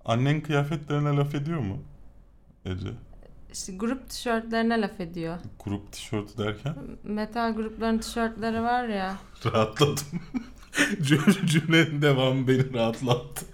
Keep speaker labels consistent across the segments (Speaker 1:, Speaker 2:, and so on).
Speaker 1: Annen kıyafetlerine laf ediyor mu Ece?
Speaker 2: İşte grup tişörtlerine laf ediyor.
Speaker 1: Grup tişörtü derken?
Speaker 2: Metal grupların tişörtleri var ya.
Speaker 1: Rahatladım. Cümlenin devamı beni rahatlattı.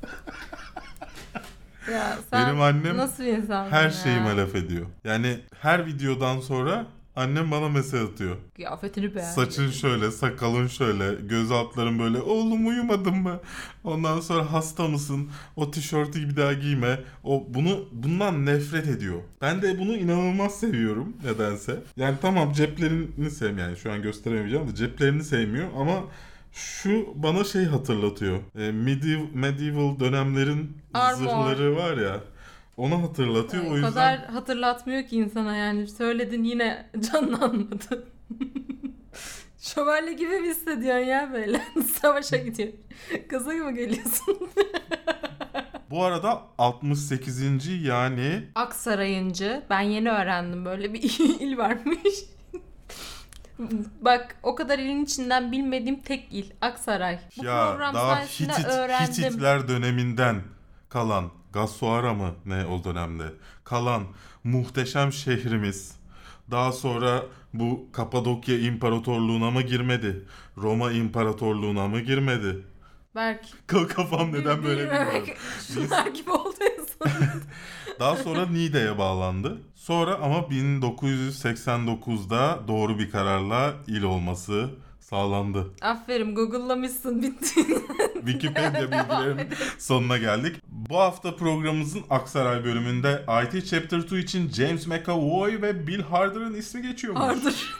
Speaker 2: Ya sen
Speaker 1: Benim annem
Speaker 2: nasıl bir insansın
Speaker 1: her
Speaker 2: ya?
Speaker 1: şeyime laf ediyor. Yani her videodan sonra annem bana mesaj atıyor.
Speaker 2: Kıyafetini beğen.
Speaker 1: Saçın şöyle, sakalın şöyle, göz altların böyle. Oğlum uyumadın mı? Ondan sonra hasta mısın? O tişörtü bir daha giyme. Bundan nefret ediyor. Ben de bunu inanılmaz seviyorum nedense. Yani tamam ceplerini sevmiyor. Yani şu an gösteremeyeceğim de ceplerini sevmiyor ama şu bana şey hatırlatıyor. Medieval dönemlerin
Speaker 2: Armor.
Speaker 1: zırhları var ya. Onu hatırlatıyor. O
Speaker 2: O
Speaker 1: yüzden
Speaker 2: kadar hatırlatmıyor ki insana yani. Söyledin yine canlanmadı. Şövalye gibi mi hissediyorsun ya böyle? Savaşa gidiyor. Gaza gibi geliyorsun.
Speaker 1: bu arada 68. yani
Speaker 2: Aksarayıncı. Ben yeni öğrendim böyle bir il varmış. Bak o kadar ilin içinden bilmediğim tek il. Aksaray. Bu
Speaker 1: ya
Speaker 2: program
Speaker 1: daha
Speaker 2: sayesinde öğrendim.
Speaker 1: Hititler döneminden kalan Gassuara mı ne o dönemde kalan muhteşem şehrimiz daha sonra bu Kapadokya İmparatorluğu'na mı girmedi? Roma İmparatorluğu'na mı girmedi?
Speaker 2: Belki.
Speaker 1: Kafam neden böyle bilmiyorum.
Speaker 2: Şunlar gibi oldu en son.
Speaker 1: Daha sonra Niğde'ye bağlandı. Sonra ama 1989'da doğru bir kararla il olması sağlandı.
Speaker 2: Aferin Google'lamışsın bitti.
Speaker 1: Wikipedia bilgilerinin sonuna geldik. Bu hafta programımızın Aksaray bölümünde IT Chapter 2 için James McAvoy ve Bill Hader'ın ismi geçiyormuş.
Speaker 2: Arthur.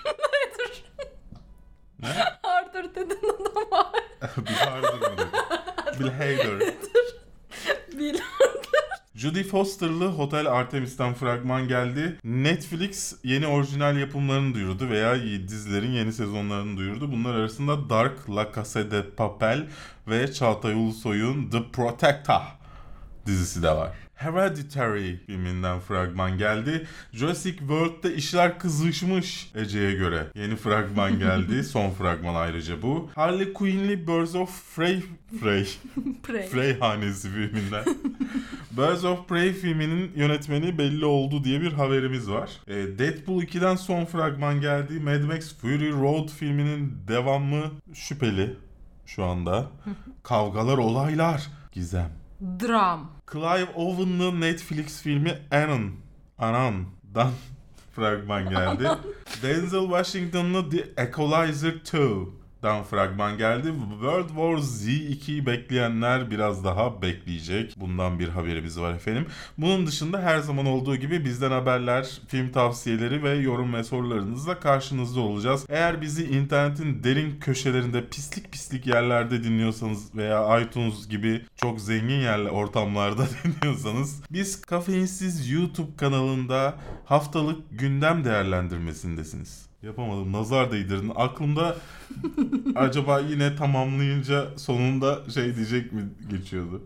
Speaker 1: Ne?
Speaker 2: Arthur dedin adama.
Speaker 1: Bill Hader mı dedi? Bill Hader.
Speaker 2: Bill
Speaker 1: Jodie Foster'lı Hotel Artemis'ten fragman geldi. Netflix yeni orijinal yapımlarını duyurdu veya dizilerin yeni sezonlarını duyurdu. Bunlar arasında Dark, La Casa de Papel ve Çağatay Ulusoy'un The Protector dizisi de var. Hereditary filminden fragman geldi. Jurassic World'de işler kızışmış Ece'ye göre. Yeni fragman geldi. Son fragman ayrıca bu. Harley Quinn'li Birds of Prey hanesi filminden. Birds of Prey filminin yönetmeni belli oldu diye bir haberimiz var. Deadpool 2'den son fragman geldi. Mad Max Fury Road filminin devamı şüpheli şu anda. Kavgalar, olaylar, gizem.
Speaker 2: Dram.
Speaker 1: Clive Owen'lı Netflix filmi Anan'dan fragman geldi. Denzel Washington'lı The Equalizer 2'dan fragman geldi. World War Z 2'yi bekleyenler biraz daha bekleyecek. Bundan bir haberimiz var efendim. Bunun dışında her zaman olduğu gibi bizden haberler, film tavsiyeleri ve yorum ve sorularınızla karşınızda olacağız. Eğer bizi internetin derin köşelerinde pislik yerlerde dinliyorsanız veya iTunes gibi çok zengin ortamlarda dinliyorsanız biz Kafeinsiz YouTube kanalında haftalık gündem değerlendirmesindesiniz. Yapamadım. Nazar değdirdin. Aklımda acaba yine tamamlayınca sonunda şey diyecek mi geçiyordu.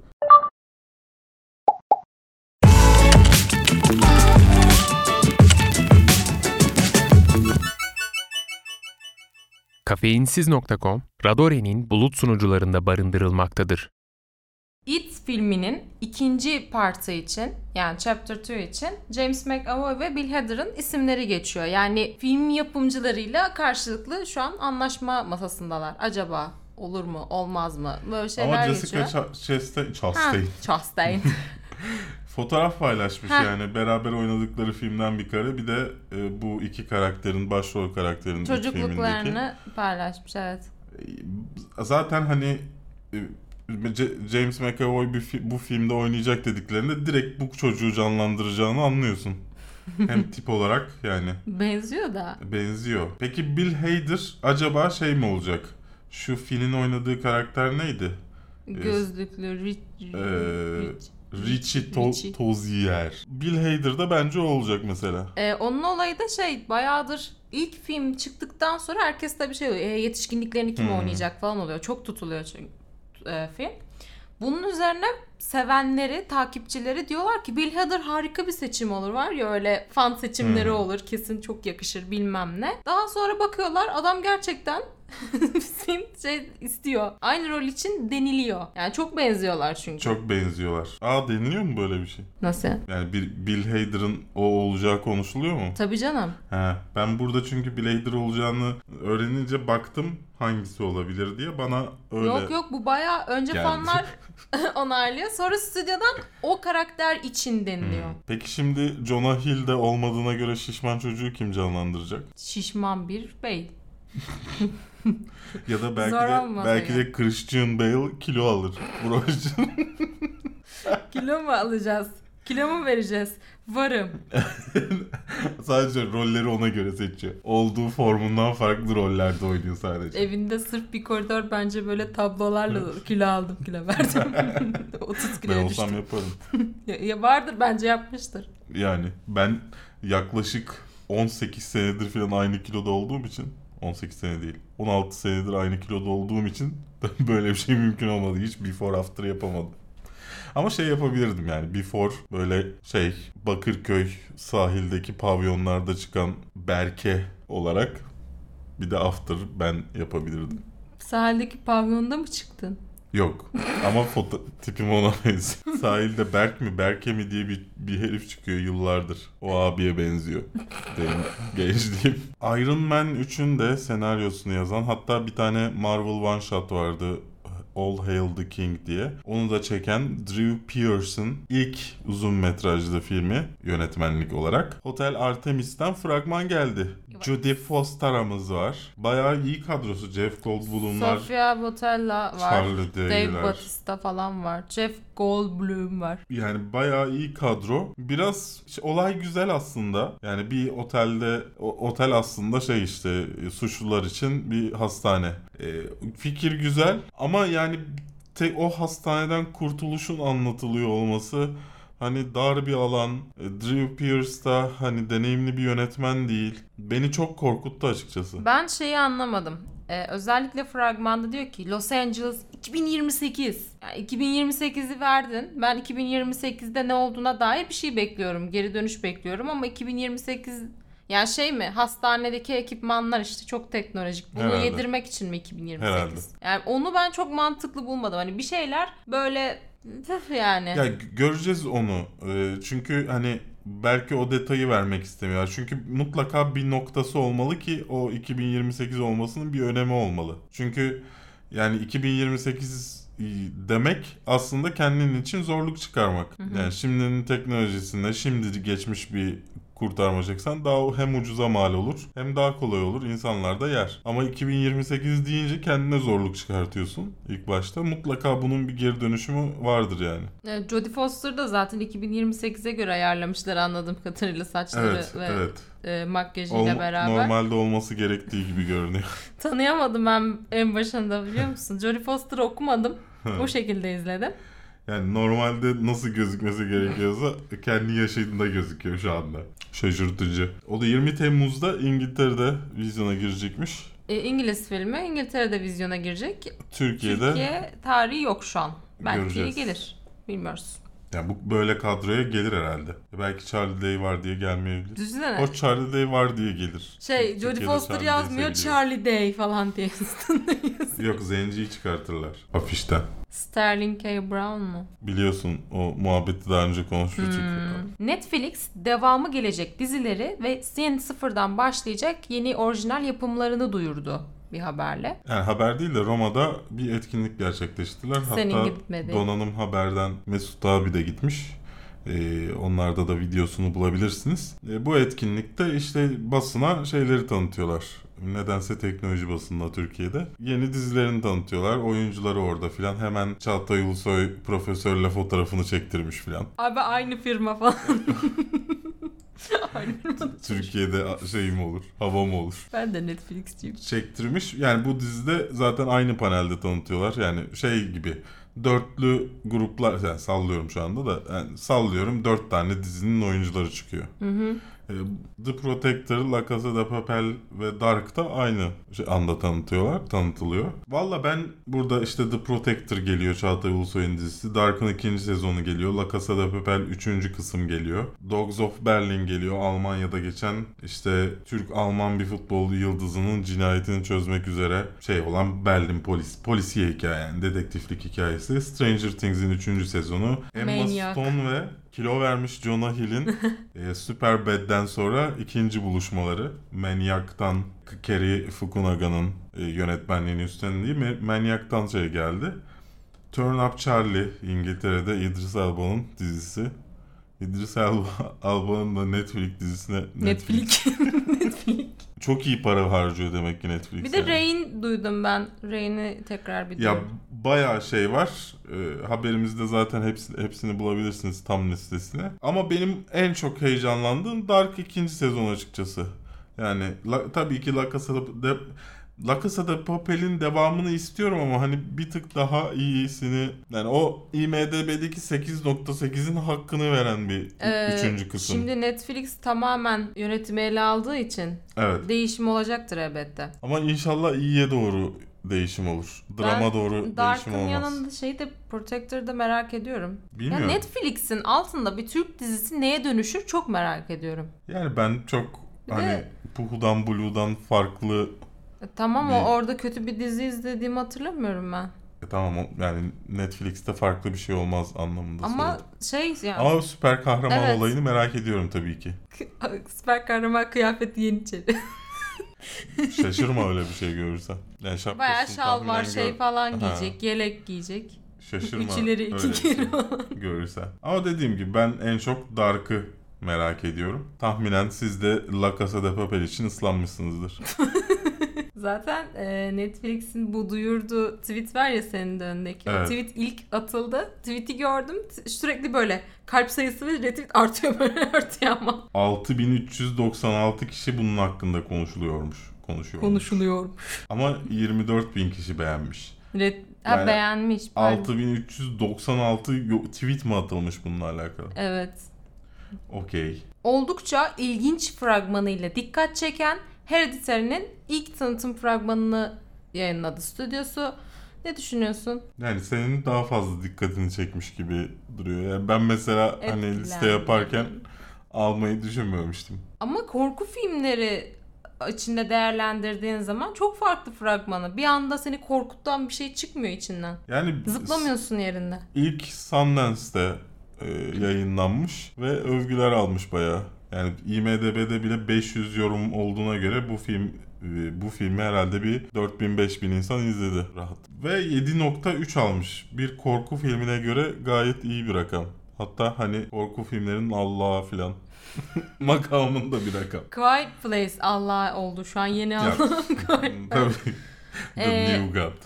Speaker 3: Kafeinsiz.com, Radore'nin bulut sunucularında barındırılmaktadır.
Speaker 2: It filminin ikinci partı için yani Chapter 2 için James McAvoy ve Bill Hader'ın isimleri geçiyor. Yani film yapımcılarıyla karşılıklı şu an anlaşma masasındalar. Acaba olur mu olmaz mı böyle şeyler geçiyor.
Speaker 1: Ama Jessica
Speaker 2: Chastain.
Speaker 1: Fotoğraf paylaşmış yani beraber oynadıkları filmden bir kare bir de bu iki karakterin başrol karakterinin
Speaker 2: çocukluklarını paylaşmış evet.
Speaker 1: Zaten hani James McAvoy bu filmde oynayacak dediklerinde direkt bu çocuğu canlandıracağını anlıyorsun. Hem tip olarak yani.
Speaker 2: Benziyor da.
Speaker 1: Benziyor. Peki Bill Hader acaba şey mi olacak? Şu Finn'in oynadığı karakter neydi?
Speaker 2: Gözlüklü
Speaker 1: Richie Tozier. Bill Hader da bence o olacak mesela.
Speaker 2: Onun olayı da bayağıdır ilk film çıktıktan sonra herkes tabii yetişkinliklerini kim oynayacak falan oluyor. Çok tutuluyor çünkü film. Bunun üzerine sevenleri, takipçileri diyorlar ki Bill Hader harika bir seçim olur. Var ya öyle fan seçimleri olur. Kesin çok yakışır bilmem ne. Daha sonra bakıyorlar adam gerçekten film istiyor. Aynı rol için deniliyor. Yani çok benziyorlar çünkü.
Speaker 1: Çok benziyorlar. Deniliyor mu böyle bir şey?
Speaker 2: Nasıl?
Speaker 1: Yani Bill Hader'ın o olacağı konuşuluyor mu?
Speaker 2: Tabii canım.
Speaker 1: Ben burada çünkü Bill Hader olacağını öğrenince baktım hangisi olabilir diye. Bana öyle
Speaker 2: Yok bu bayağı önce
Speaker 1: geldi.
Speaker 2: fanlar onaylıyor. Sonra stüdyodan o karakter için deniliyor.
Speaker 1: Peki şimdi Jonah Hill'de olmadığına göre şişman çocuğu kim canlandıracak?
Speaker 2: Şişman bir bey.
Speaker 1: Ya da
Speaker 2: Zor olmaz
Speaker 1: belki
Speaker 2: yani.
Speaker 1: de Christian Bale kilo alır. Bu rol için.
Speaker 2: Kilo mu alacağız? Kilo mu vereceğiz? Varım.
Speaker 1: Sadece rolleri ona göre seçiyor. Olduğu formundan farklı rollerde oynuyor sadece.
Speaker 2: Evinde sırf bir koridor bence böyle tablolarla kilo aldım, kilo verdim. 30
Speaker 1: Ben
Speaker 2: kiloya
Speaker 1: olsam
Speaker 2: düştüm.
Speaker 1: yaparım.
Speaker 2: Ya vardır, bence yapmıştır.
Speaker 1: Yani ben yaklaşık 18 senedir falan aynı kiloda olduğum için 18 sene değil 16 senedir aynı kiloda olduğum için böyle bir şey mümkün olmadı. Hiç before after yapamadım. Ama yapabilirdim yani. Before böyle Bakırköy sahildeki pavyonlarda çıkan Berke olarak, bir de after ben yapabilirdim.
Speaker 2: Sahildeki pavyonda mı çıktın?
Speaker 1: Yok. Ama tipim ona benziyor. Sahilde Berke mi diye bir herif çıkıyor yıllardır. O abiye benziyor. Benim gençliğim. Iron Man 3'ün de senaryosunu yazan, hatta bir tane Marvel one shot vardı. All Hail the King diye. Onu da çeken Drew Pearson ilk uzun metrajlı filmi yönetmenlik olarak. Hotel Artemis'ten fragman geldi. Jodie Foster'ımız var. Bayağı iyi kadrosu. Jeff Goldblum'lar.
Speaker 2: Sofia Boutella var.
Speaker 1: Charlie Day'ler.
Speaker 2: Dave Bautista falan var. Jeff Goldblum var.
Speaker 1: Yani bayağı iyi kadro. Biraz olay güzel aslında. Yani bir otel aslında suçlular için bir hastane. Fikir güzel ama yani o hastaneden kurtuluşun anlatılıyor olması, hani dar bir alan. Drew Pearce da hani deneyimli bir yönetmen değil. Beni çok korkuttu açıkçası.
Speaker 2: Ben anlamadım. Özellikle fragmanda diyor ki Los Angeles 2028. Yani 2028'i verdin. Ben 2028'de ne olduğuna dair bir şey bekliyorum. Geri dönüş bekliyorum ama 2028 yani mi? Hastanedeki ekipmanlar çok teknolojik. Bunu
Speaker 1: Herhalde
Speaker 2: yedirmek için mi 2028?
Speaker 1: Herhalde.
Speaker 2: Yani onu ben çok mantıklı bulmadım. Hani bir şeyler böyle yani.
Speaker 1: Ya göreceğiz onu. Çünkü hani belki o detayı vermek istemiyorlar. Çünkü mutlaka bir noktası olmalı ki o 2028 olmasının bir önemi olmalı. Çünkü yani 2028 demek aslında kendin için zorluk çıkarmak. Yani şimdinin teknolojisinde şimdi geçmiş bir kurtarmayacaksan daha hem ucuza mal olur hem daha kolay olur. İnsanlar da yer. Ama 2028 deyince kendine zorluk çıkartıyorsun ilk başta. Mutlaka bunun bir geri dönüşümü vardır yani.
Speaker 2: Jodie Foster da zaten 2028'e göre ayarlamışlar anladığım kadarıyla saçları ve makyajıyla beraber.
Speaker 1: Normalde olması gerektiği gibi görünüyor.
Speaker 2: Tanıyamadım ben en başında, biliyor musun? Jodie Foster'ı okumadım. O şekilde izledim.
Speaker 1: Yani normalde nasıl gözükmesi gerekiyorsa kendi yaşadığında gözüküyor şu anda. Şaşırtıcı. O da 20 Temmuz'da İngiltere'de vizyona girecekmiş.
Speaker 2: İngiliz filmi İngiltere'de vizyona girecek.
Speaker 1: Türkiye
Speaker 2: tarihi yok şu an. Belki
Speaker 1: göreceğiz.
Speaker 2: Gelir. Bilmiyoruz.
Speaker 1: Yani bu böyle kadroya gelir herhalde. Belki Charlie Day var diye gelmeyebilir.
Speaker 2: Düşünsene.
Speaker 1: O Charlie Day var diye gelir.
Speaker 2: Jodie Foster yazmıyor, Charlie Day falan diye yazıyor.
Speaker 1: Yok, zenciyi çıkartırlar afişten.
Speaker 2: Sterling K. Brown mu?
Speaker 1: Biliyorsun o muhabbeti daha önce konuşmuştuk.
Speaker 2: Netflix devamı gelecek dizileri ve yeni sıfırdan başlayacak yeni orijinal yapımlarını duyurdu bir haberle.
Speaker 1: Yani haber değil de Roma'da bir etkinlik gerçekleştirdiler.
Speaker 2: Senin
Speaker 1: Hatta
Speaker 2: gitmedi.
Speaker 1: Donanım Haber'den Mesut abi de gitmiş. Onlarda da videosunu bulabilirsiniz. Bu etkinlikte basına şeyleri tanıtıyorlar. Nedense teknoloji basında Türkiye'de. Yeni dizilerini tanıtıyorlar. Oyuncuları orada filan. Hemen Çağatay Ulusoy profesörle fotoğrafını çektirmiş filan.
Speaker 2: Abi aynı firma falan. Aynı firma.
Speaker 1: Türkiye'de mi olur? Hava mı olur?
Speaker 2: Ben de Netflix'ciyim.
Speaker 1: Çektirmiş. Yani bu dizide zaten aynı panelde tanıtıyorlar. Yani gibi dörtlü gruplar, yani sallıyorum şu anda da, yani sallıyorum 4 tane dizinin oyuncuları çıkıyor. The Protector, La Casa de Papel ve Dark'ta aynı anda tanıtılıyor. Valla ben burada işte The Protector geliyor, Çağatay Ulusoy'un dizisi. Dark'ın 2. sezonu geliyor. La Casa de Papel 3. kısım geliyor. Dogs of Berlin geliyor. Almanya'da geçen işte Türk-Alman bir futbol yıldızının cinayetini çözmek üzere olan Berlin polisiye hikaye, yani dedektiflik hikayesi. Stranger Things'in 3. sezonu. Emma Stone ve kilo vermiş Jonah Hill'in Superbad'den sonra ikinci buluşmaları. Maniac'tan Cary Fukunaga'nın yönetmenliğini üstlendiği Maniac'tan geldi. Turn Up Charlie, İngiltere'de İdris Elba'nın dizisi. İdris Elba'nın da Netflix dizisine... Netflix. Çok iyi para harcıyor demek ki Netflix.
Speaker 2: Bir de Rain duydum ben. Rain'i tekrar bir
Speaker 1: ya bayağı şey var. Haberimizde zaten hepsini bulabilirsiniz tam listesine. Ama benim en çok heyecanlandığım Dark 2. sezon açıkçası. Yani tabii ki La Casa de Papel'in devamını istiyorum ama hani bir tık daha iyisini, yani o IMDb'deki 8.8'in hakkını veren bir 3. kısım.
Speaker 2: Şimdi Netflix tamamen yönetimi ele aldığı için değişim olacaktır elbette.
Speaker 1: Ama inşallah iyiye doğru değişim olur. Drama doğru değişim olmaz.
Speaker 2: Dark'ın yanında Protector'da merak ediyorum.
Speaker 1: Bilmiyorum.
Speaker 2: Ya Netflix'in altında bir Türk dizisi neye dönüşür çok merak ediyorum.
Speaker 1: Yani ben çok Puhu'dan Blue'dan farklı...
Speaker 2: Tamam, o orada kötü bir dizi izlediğimi hatırlamıyorum ben.
Speaker 1: Tamam, yani Netflix'te farklı bir şey olmaz anlamında.
Speaker 2: Ama
Speaker 1: yani. Ama süper kahraman olayını merak ediyorum tabii ki.
Speaker 2: Süper kahraman kıyafeti Yeniçeri.
Speaker 1: Şaşırma öyle bir şey görürsen. Yani
Speaker 2: bayağı şal var falan giyecek, yelek giyecek.
Speaker 1: Şaşırma.
Speaker 2: Üçleri 2 kilo.
Speaker 1: Görürsen. Ama dediğim gibi ben en çok Dark'ı merak ediyorum. Tahminen siz de La Casa de Papel için ıslanmışsınızdır.
Speaker 2: Zaten Netflix'in bu duyurduğu tweet var ya senin de önündeki. Evet. O tweet ilk atıldı. Tweet'i gördüm. Sürekli böyle kalp sayısı ve retweet artıyor ama.
Speaker 1: 6396 kişi bunun hakkında konuşuluyormuş. Ama 24.000 kişi beğenmiş.
Speaker 2: Yani beğenmiş.
Speaker 1: 6396 tweet mi atılmış bununla alakalı?
Speaker 2: Evet.
Speaker 1: Okey.
Speaker 2: Oldukça ilginç fragmanıyla dikkat çeken Hereditary'nin ilk tanıtım fragmanını yayınladı stüdyosu. Ne düşünüyorsun?
Speaker 1: Yani senin daha fazla dikkatini çekmiş gibi duruyor. Yani ben mesela liste yaparken almayı düşünmemiştim.
Speaker 2: Ama korku filmleri içinde değerlendirdiğin zaman çok farklı fragmanı. Bir anda seni korkutan bir şey çıkmıyor içinden.
Speaker 1: Yani
Speaker 2: zıplamıyorsun yerinde.
Speaker 1: İlk Sundance'de yayınlanmış ve övgüler almış bayağı. Yani IMDb'de bile 500 yorum olduğuna göre bu filmi herhalde bir 4000-5000 insan izledi rahat. Ve 7.3 almış. Bir korku filmine göre gayet iyi bir rakam. Hatta korku filmlerinin Allah'a filan makamında bir rakam.
Speaker 2: Quiet Place Allah oldu şu an yeni Allah.
Speaker 1: Tabii. The New God.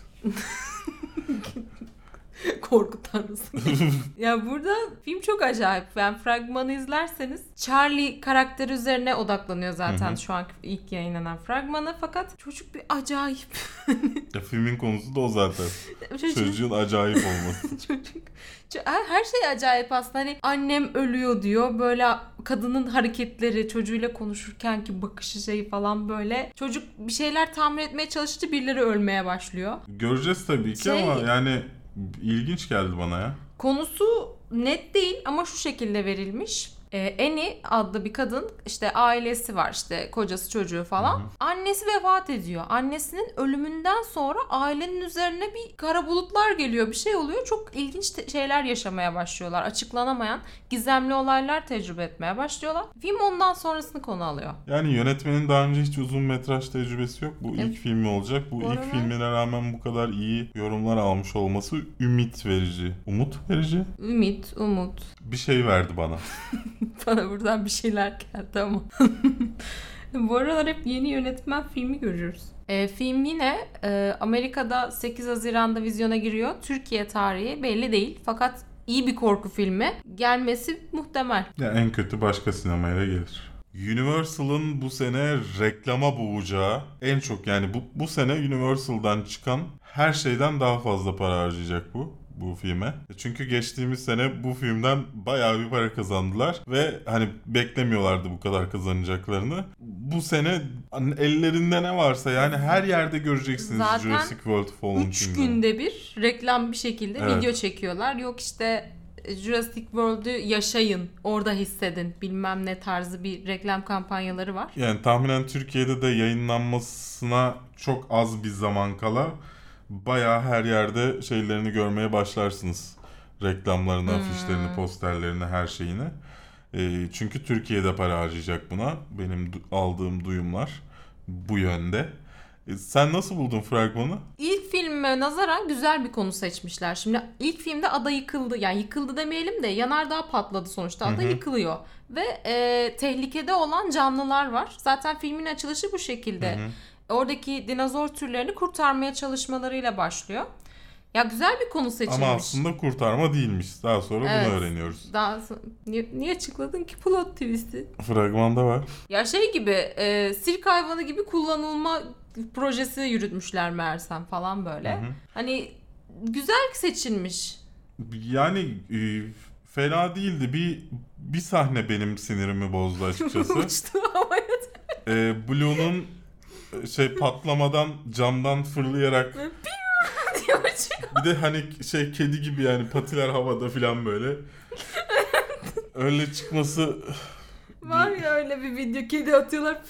Speaker 2: Korku tanrısı. Ya burada film çok acayip. Yani fragmanı izlerseniz Charlie karakteri üzerine odaklanıyor zaten şu an ilk yayınlanan fragmanı. Fakat çocuk bir acayip.
Speaker 1: Ya filmin konusu da o zaten. Çocuğun acayip olması.
Speaker 2: Her şey acayip aslında. Annem ölüyor diyor. Böyle kadının hareketleri, çocuğuyla konuşurkenki bakışı falan böyle. Çocuk bir şeyler tahmin etmeye çalışınca birileri ölmeye başlıyor.
Speaker 1: Göreceğiz tabii ki ama yani İlginç geldi bana ya.
Speaker 2: Konusu net değil ama şu şekilde verilmiş. Annie adlı bir kadın, işte ailesi var, işte kocası çocuğu falan. Hı-hı. Annesi vefat ediyor. Annesinin ölümünden sonra ailenin üzerine bir kara bulutlar geliyor, bir şey oluyor. Çok ilginç şeyler yaşamaya başlıyorlar. Açıklanamayan gizemli olaylar tecrübe etmeye başlıyorlar. Film ondan sonrasını konu alıyor.
Speaker 1: Yani yönetmenin daha önce hiç uzun metraj tecrübesi yok. Bu ilk filmi olacak. Bu ilk filmine rağmen bu kadar iyi yorumlar almış olması ümit verici. Umut verici?
Speaker 2: Umut.
Speaker 1: Bir şey verdi bana.
Speaker 2: Bana buradan bir şeyler geldi ama. Bu aralar hep yeni yönetmen filmi görüyoruz. Film yine Amerika'da 8 Haziran'da vizyona giriyor. Türkiye tarihi belli değil. Fakat iyi bir korku filmi. Gelmesi muhtemel.
Speaker 1: Ya en kötü başka sinemaya gelir. Universal'ın bu sene reklama boğacağı en çok, yani bu sene Universal'dan çıkan her şeyden daha fazla para harcayacak bu. bu filme. Çünkü geçtiğimiz sene bu filmden bayağı bir para kazandılar ve hani beklemiyorlardı bu kadar kazanacaklarını. Bu sene hani ellerinde ne varsa yani her yerde göreceksiniz
Speaker 2: Zaten
Speaker 1: Jurassic World Fallen
Speaker 2: 3 günde bir reklam bir şekilde
Speaker 1: Evet.
Speaker 2: video çekiyorlar. Yok işte Jurassic World'ü yaşayın, orada hissedin bilmem ne tarzı bir reklam kampanyaları var.
Speaker 1: Yani tahminen Türkiye'de de yayınlanmasına çok az bir zaman kala bayağı her yerde şeylerini görmeye başlarsınız. Reklamlarını, afişlerini, posterlerini, her şeyini. Çünkü Türkiye'de para harcayacak buna. Benim aldığım duyumlar bu yönde. Sen nasıl buldun fragmanı?
Speaker 2: İlk filme nazaran güzel bir konu seçmişler. Şimdi ilk filmde ada yıkıldı. Yani yıkıldı demeyelim de yanardağ patladı sonuçta. Ada yıkılıyor. Ve tehlikede olan canlılar var. Zaten filmin açılışı bu şekilde. Oradaki dinozor türlerini kurtarmaya çalışmalarıyla başlıyor. Ya güzel bir konu seçilmiş.
Speaker 1: Ama aslında kurtarma değilmiş. Daha sonra bunu öğreniyoruz.
Speaker 2: Niye açıkladın ki plot twist'i?
Speaker 1: Fragmanda var.
Speaker 2: Ya şey gibi sirk hayvanı gibi kullanılma projesi yürütmüşler meğersem falan böyle. Hani güzel seçilmiş.
Speaker 1: Yani fena değildi. Bir sahne benim sinirimi bozdu açıkçası.
Speaker 2: Uçtu havaya.
Speaker 1: Blue'nun patlamadan camdan fırlayarak bir de hani kedi gibi yani patiler havada falan böyle. Öyle çıkması
Speaker 2: Var ya öyle bir video, kedi atıyorlar.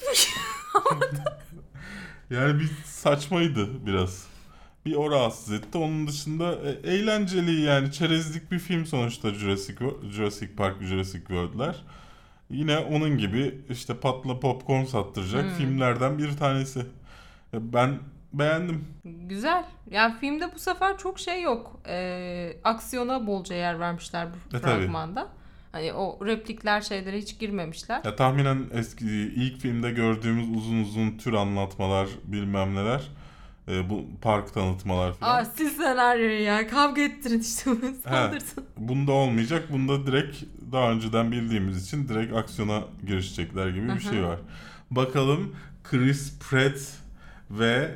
Speaker 1: yani bir saçmaydı biraz. Bir o rahatsız etti. Onun dışında eğlenceli yani çerezlik bir film sonuçta Jurassic Park, Jurassic World'ler. Yine onun gibi işte patla popcorn sattıracak filmlerden bir tanesi. Ben beğendim.
Speaker 2: Güzel. Yani filmde bu sefer çok şey yok. Aksiyona bolca yer vermişler bu fragmanda. Hani o replikler şeylere hiç girmemişler.
Speaker 1: Ya tahminen ilk filmde gördüğümüz uzun uzun tür anlatmalar bilmem neler. Bu park tanıtmalar falan.
Speaker 2: Siz senaryoyu ya kavga ettirin işte bunu saldırsın.
Speaker 1: Bunda olmayacak. Bunda direkt daha önceden bildiğimiz için direkt aksiyona girişecekler gibi bir şey var. Bakalım Chris Pratt ve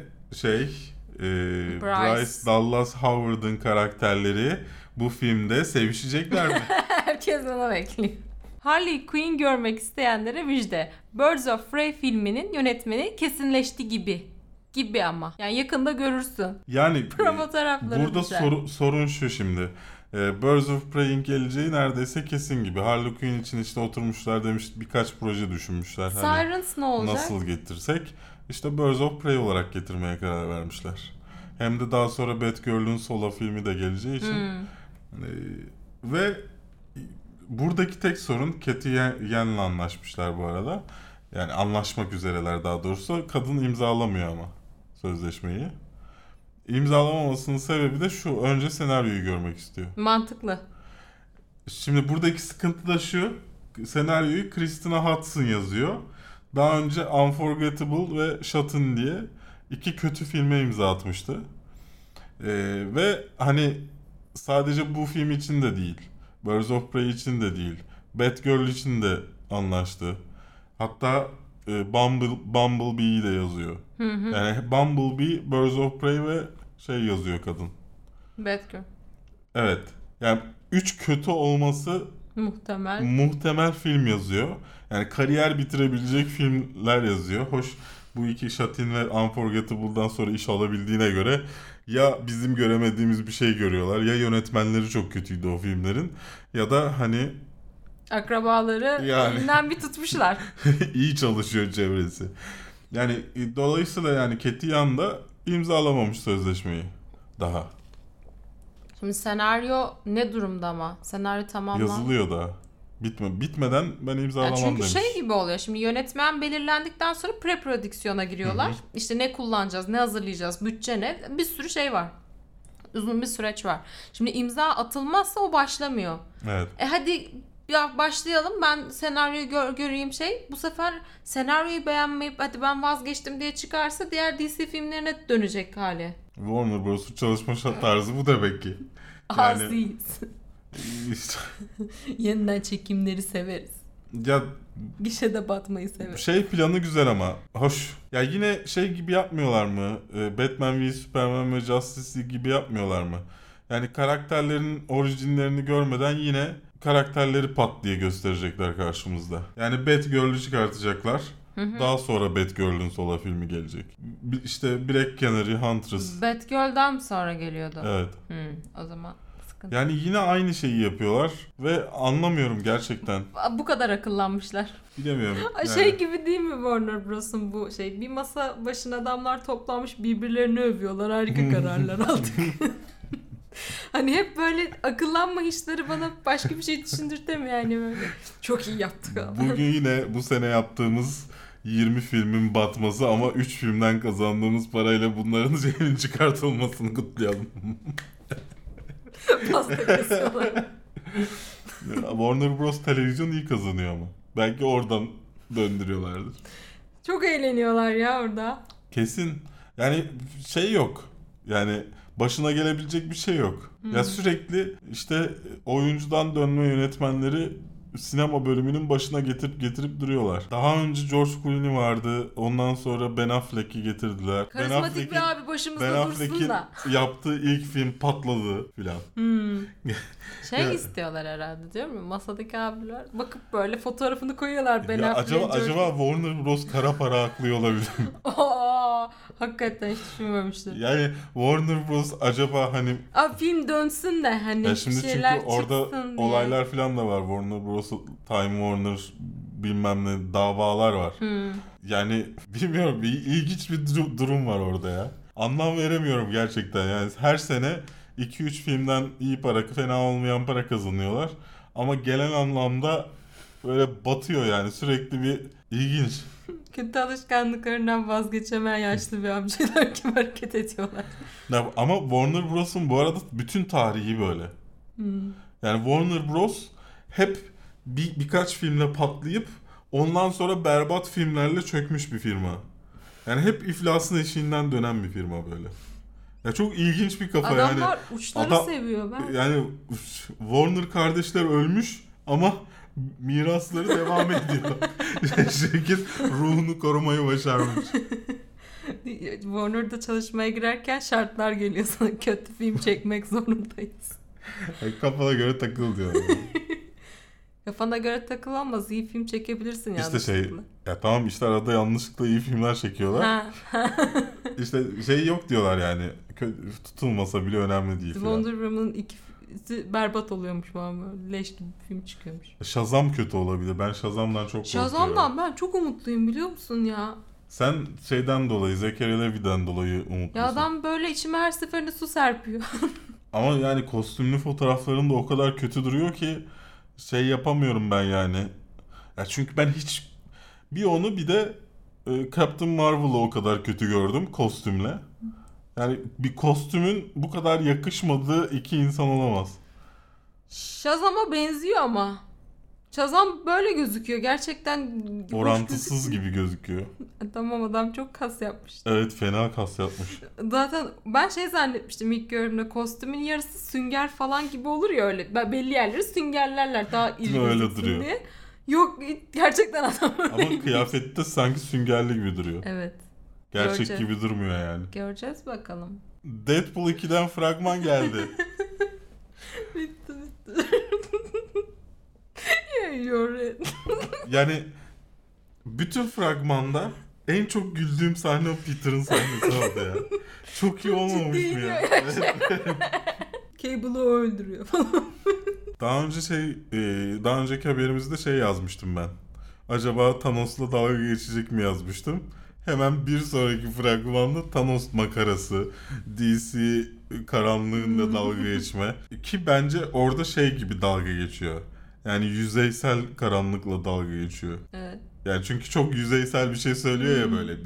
Speaker 1: Bryce Dallas Howard'ın karakterleri bu filmde sevişecekler mi?
Speaker 2: Herkes ona bekliyor. Harley Quinn görmek isteyenlere müjde. Birds of Prey filminin yönetmeni kesinleşti gibi ama. Yani yakında görürsün.
Speaker 1: Yani
Speaker 2: promo tarafları
Speaker 1: burada sorun şu şimdi. Birds of Prey'in geleceği neredeyse kesin gibi. Harley Quinn için işte oturmuşlar demiş birkaç proje düşünmüşler.
Speaker 2: Sirens ne olacak?
Speaker 1: Nasıl getirsek? İşte Birds of Prey olarak getirmeye karar vermişler. Hem de daha sonra Batgirl'ün solo filmi de geleceği için. Ve buradaki tek sorun Cathy Yan'la anlaşmışlar bu arada. Yani anlaşmak üzereler daha doğrusu. Kadın imzalamıyor ama sözleşmeyi. İmzalamamasının sebebi de şu. Önce senaryoyu görmek istiyor.
Speaker 2: Mantıklı.
Speaker 1: Şimdi buradaki sıkıntı da şu. Senaryoyu Christina Hodson yazıyor. Daha önce Unforgettable ve Shotgun diye 2 kötü filme imza atmıştı. Ve hani sadece bu film için de değil. Birds of Prey için de değil. Batgirl için de anlaştı. Hatta Bumblebee'yi de yazıyor. Yani Bumblebee, Birds of Prey ve yazıyor kadın.
Speaker 2: Batgirl.
Speaker 1: Evet. Yani 3 kötü olması muhtemel film yazıyor. Yani kariyer bitirebilecek filmler yazıyor. Hoş bu iki Shotgun ve Unforgettable'dan sonra iş alabildiğine göre ya bizim göremediğimiz bir şey görüyorlar ya yönetmenleri çok kötüydü o filmlerin ya da hani
Speaker 2: akrabaları elinden bir tutmuşlar.
Speaker 1: iyi çalışıyor çevresi. Yani dolayısıyla yani Cathy Yan da imzalamamış sözleşmeyi daha.
Speaker 2: Şimdi senaryo ne durumda ama? Senaryo tamamlandı.
Speaker 1: Yazılıyor daha. Bitmeden ben imzalamam
Speaker 2: çünkü
Speaker 1: demiş.
Speaker 2: Çünkü gibi oluyor. Şimdi yönetmen belirlendikten sonra pre-prodüksiyona giriyorlar. İşte ne kullanacağız, ne hazırlayacağız, bütçe ne? Bir sürü şey var. Uzun bir süreç var. Şimdi imza atılmazsa o başlamıyor.
Speaker 1: Evet.
Speaker 2: Hadi ya başlayalım, ben senaryoyu göreyim bu sefer senaryoyu beğenmeyip hadi ben vazgeçtim diye çıkarsa diğer DC filmlerine dönecek hali.
Speaker 1: Warner Bros'un çalışma tarzı bu demek ki.
Speaker 2: Aziz. İşte. Yeniden çekimleri severiz.
Speaker 1: Ya
Speaker 2: gişede batmayı severiz.
Speaker 1: Planı güzel ama hoş. Ya yine gibi yapmıyorlar mı? Batman v Superman ve Justice League gibi yapmıyorlar mı? Yani karakterlerin orijinlerini görmeden yine karakterleri pat diye gösterecekler karşımızda. Yani Batgirl'ü çıkartacaklar. Daha sonra Batgirl'ün Sola filmi gelecek. İşte Black Canary, Huntress.
Speaker 2: Batgirl'den mi sonra geliyordu?
Speaker 1: Evet.
Speaker 2: O zaman sıkıntı.
Speaker 1: Yani yine aynı şeyi yapıyorlar ve anlamıyorum gerçekten.
Speaker 2: Bu kadar akıllanmışlar.
Speaker 1: Bilemiyorum. Yani.
Speaker 2: Şey gibi değil mi Warner Bros'un bu şey? Bir masa başına adamlar toplanmış birbirlerini övüyorlar. Harika kararlar aldık. Hani hep böyle akıllanma işleri bana başka bir şey düşündürtemiyor yani böyle. Çok iyi yaptık abi.
Speaker 1: Bugün yine bu sene yaptığımız 20 filmin batması ama 3 filmden kazandığımız parayla bunların şeyinin çıkartılmasını kutlayalım.
Speaker 2: Pasta kesiyorlar.
Speaker 1: Warner Bros. Televizyon iyi kazanıyor ama. Belki oradan döndürüyorlardır.
Speaker 2: Çok eğleniyorlar ya orada.
Speaker 1: Kesin. Yani şey yok. Yani başına gelebilecek bir şey yok. Ya sürekli işte oyuncudan dönme yönetmenleri sinema bölümünün başına getirip duruyorlar. Daha önce George Clooney vardı. Ondan sonra Ben Affleck'i getirdiler.
Speaker 2: Karizmatik bir abi başımızda
Speaker 1: Ben
Speaker 2: dursun
Speaker 1: Affleck'in
Speaker 2: da.
Speaker 1: yaptığı ilk film patladı filan.
Speaker 2: Şey istiyorlar herhalde değil mi? Masadaki abiler bakıp böyle fotoğrafını koyuyorlar Ben Affleck'in.
Speaker 1: Acaba Warner Bros. Kara para aklıyor olabilir mi?
Speaker 2: Hakikaten hiç düşünmemiştim.
Speaker 1: Yani Warner Bros. Acaba hani...
Speaker 2: Abi film dönsün de hani
Speaker 1: Ya şimdi
Speaker 2: şeyler
Speaker 1: çünkü orada
Speaker 2: çıksın diye.
Speaker 1: olaylar falan da var. Warner Bros. Time Warner bilmem ne davalar var. Yani bilmiyorum ilginç bir durum var orada ya. Anlam veremiyorum gerçekten. Yani her sene 2-3 filmden iyi para, fena olmayan para kazanıyorlar. Ama gelen anlamda böyle batıyor yani. Sürekli bir ilginç.
Speaker 2: Kötü alışkanlıklarından vazgeçemeyen yaşlı bir amcalar gibi hareket ediyorlar.
Speaker 1: Ya, ama Warner Bros'un bu arada bütün tarihi böyle. Yani Warner Bros. Hep birkaç filmle patlayıp ondan sonra berbat filmlerle çökmüş bir firma. Yani hep iflasın eşiğinden dönen bir firma böyle. Ya çok ilginç bir kafa.
Speaker 2: Adamlar
Speaker 1: yani.
Speaker 2: uçları seviyor ben.
Speaker 1: Yani Warner kardeşler ölmüş ama mirasları devam ediyor. Şirket ruhunu korumayı başarmış.
Speaker 2: Warner'da çalışmaya girerken şartlar geliyor sana. Kötü film çekmek zorundayız.
Speaker 1: Kafana göre takıl diyor.
Speaker 2: Kafana göre takılamaz. İyi film çekebilirsin yani.
Speaker 1: İşte ya tamam işte arada yanlışlıkla iyi filmler çekiyorlar. İşte şey yok diyorlar yani. Tutulmasa bile önemli değil.
Speaker 2: Wonder Woman'ın ikisi berbat oluyormuş falan böyle. Leş gibi bir film çıkıyormuş.
Speaker 1: Shazam kötü olabilir. Ben Shazam'dan çok korkuyorum.
Speaker 2: Shazam'dan ben çok umutluyum biliyor musun ya?
Speaker 1: Sen şeyden dolayı, Zachary Levi'den dolayı umutlusun.
Speaker 2: Ya adam böyle içime her seferinde su serpiyor.
Speaker 1: Ama yani kostümlü fotoğraflarında o kadar kötü duruyor ki şey yapamıyorum ben yani. Ya çünkü ben hiç bir onu bir de Captain Marvel'ı o kadar kötü gördüm kostümle. Yani bir kostümün bu kadar yakışmadığı iki insan olamaz.
Speaker 2: Shazam'a benziyor ama. Shazam böyle gözüküyor. Gerçekten
Speaker 1: orantısız gibi gözüküyor.
Speaker 2: Tamam adam çok kas yapmış.
Speaker 1: Evet fena kas yapmış.
Speaker 2: Zaten ben şey zannetmiştim ilk gördüğümde kostümün yarısı sünger falan gibi olur ya öyle. Belli yerleri süngerlerler daha iri
Speaker 1: öyle
Speaker 2: gözüksün
Speaker 1: duruyor.
Speaker 2: diye. Yok gerçekten adam öyle.
Speaker 1: Ama kıyafette sanki süngerli gibi duruyor.
Speaker 2: Evet.
Speaker 1: Gerçek
Speaker 2: Göreceğiz.
Speaker 1: gibi durmuyor yani.
Speaker 2: Göreceğiz bakalım.
Speaker 1: Deadpool 2'den fragman geldi.
Speaker 2: Bitti.
Speaker 1: Yani bütün fragmanda en çok güldüğüm sahne o Peter'ın sahnesi oldu ya. Çok iyi olmamış mı ya?
Speaker 2: Cable'ı öldürüyor falan.
Speaker 1: Daha önceki haberimizde şey yazmıştım ben. Acaba Thanos'la dalga geçecek mi yazmıştım. Hemen bir sonraki fragmanda Thanos makarası, DC karanlığında dalga geçme. Ki bence orada şey gibi dalga geçiyor. Yani yüzeysel karanlıkla dalga geçiyor.
Speaker 2: Evet.
Speaker 1: Yani çünkü çok yüzeysel bir şey söylüyor ya böyle.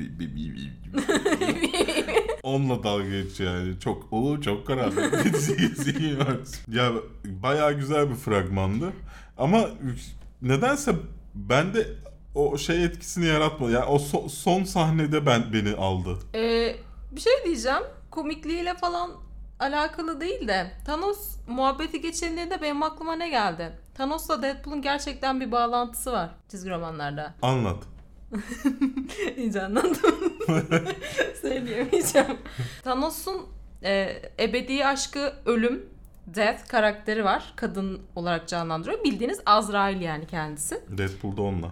Speaker 1: Onunla dalga geçiyor yani. Çok karanlık. Ya bayağı güzel bir fragmandı. Ama nedense bende o şey etkisini yaratmadı. Yani o son sahnede beni aldı.
Speaker 2: Bir şey diyeceğim. Komikliğiyle falan alakalı değil de Thanos muhabbeti geçenliğinde benim aklıma ne geldi? Thanos'la Deadpool'un gerçekten bir bağlantısı var çizgi romanlarda.
Speaker 1: Anlat.
Speaker 2: İyice anladım. Söyleyemeyeceğim. Thanos'un Ebedi aşkı ölüm, Death karakteri var. Kadın olarak canlandırıyor. Bildiğiniz Azrail yani kendisi.
Speaker 1: Deadpool'da onunla.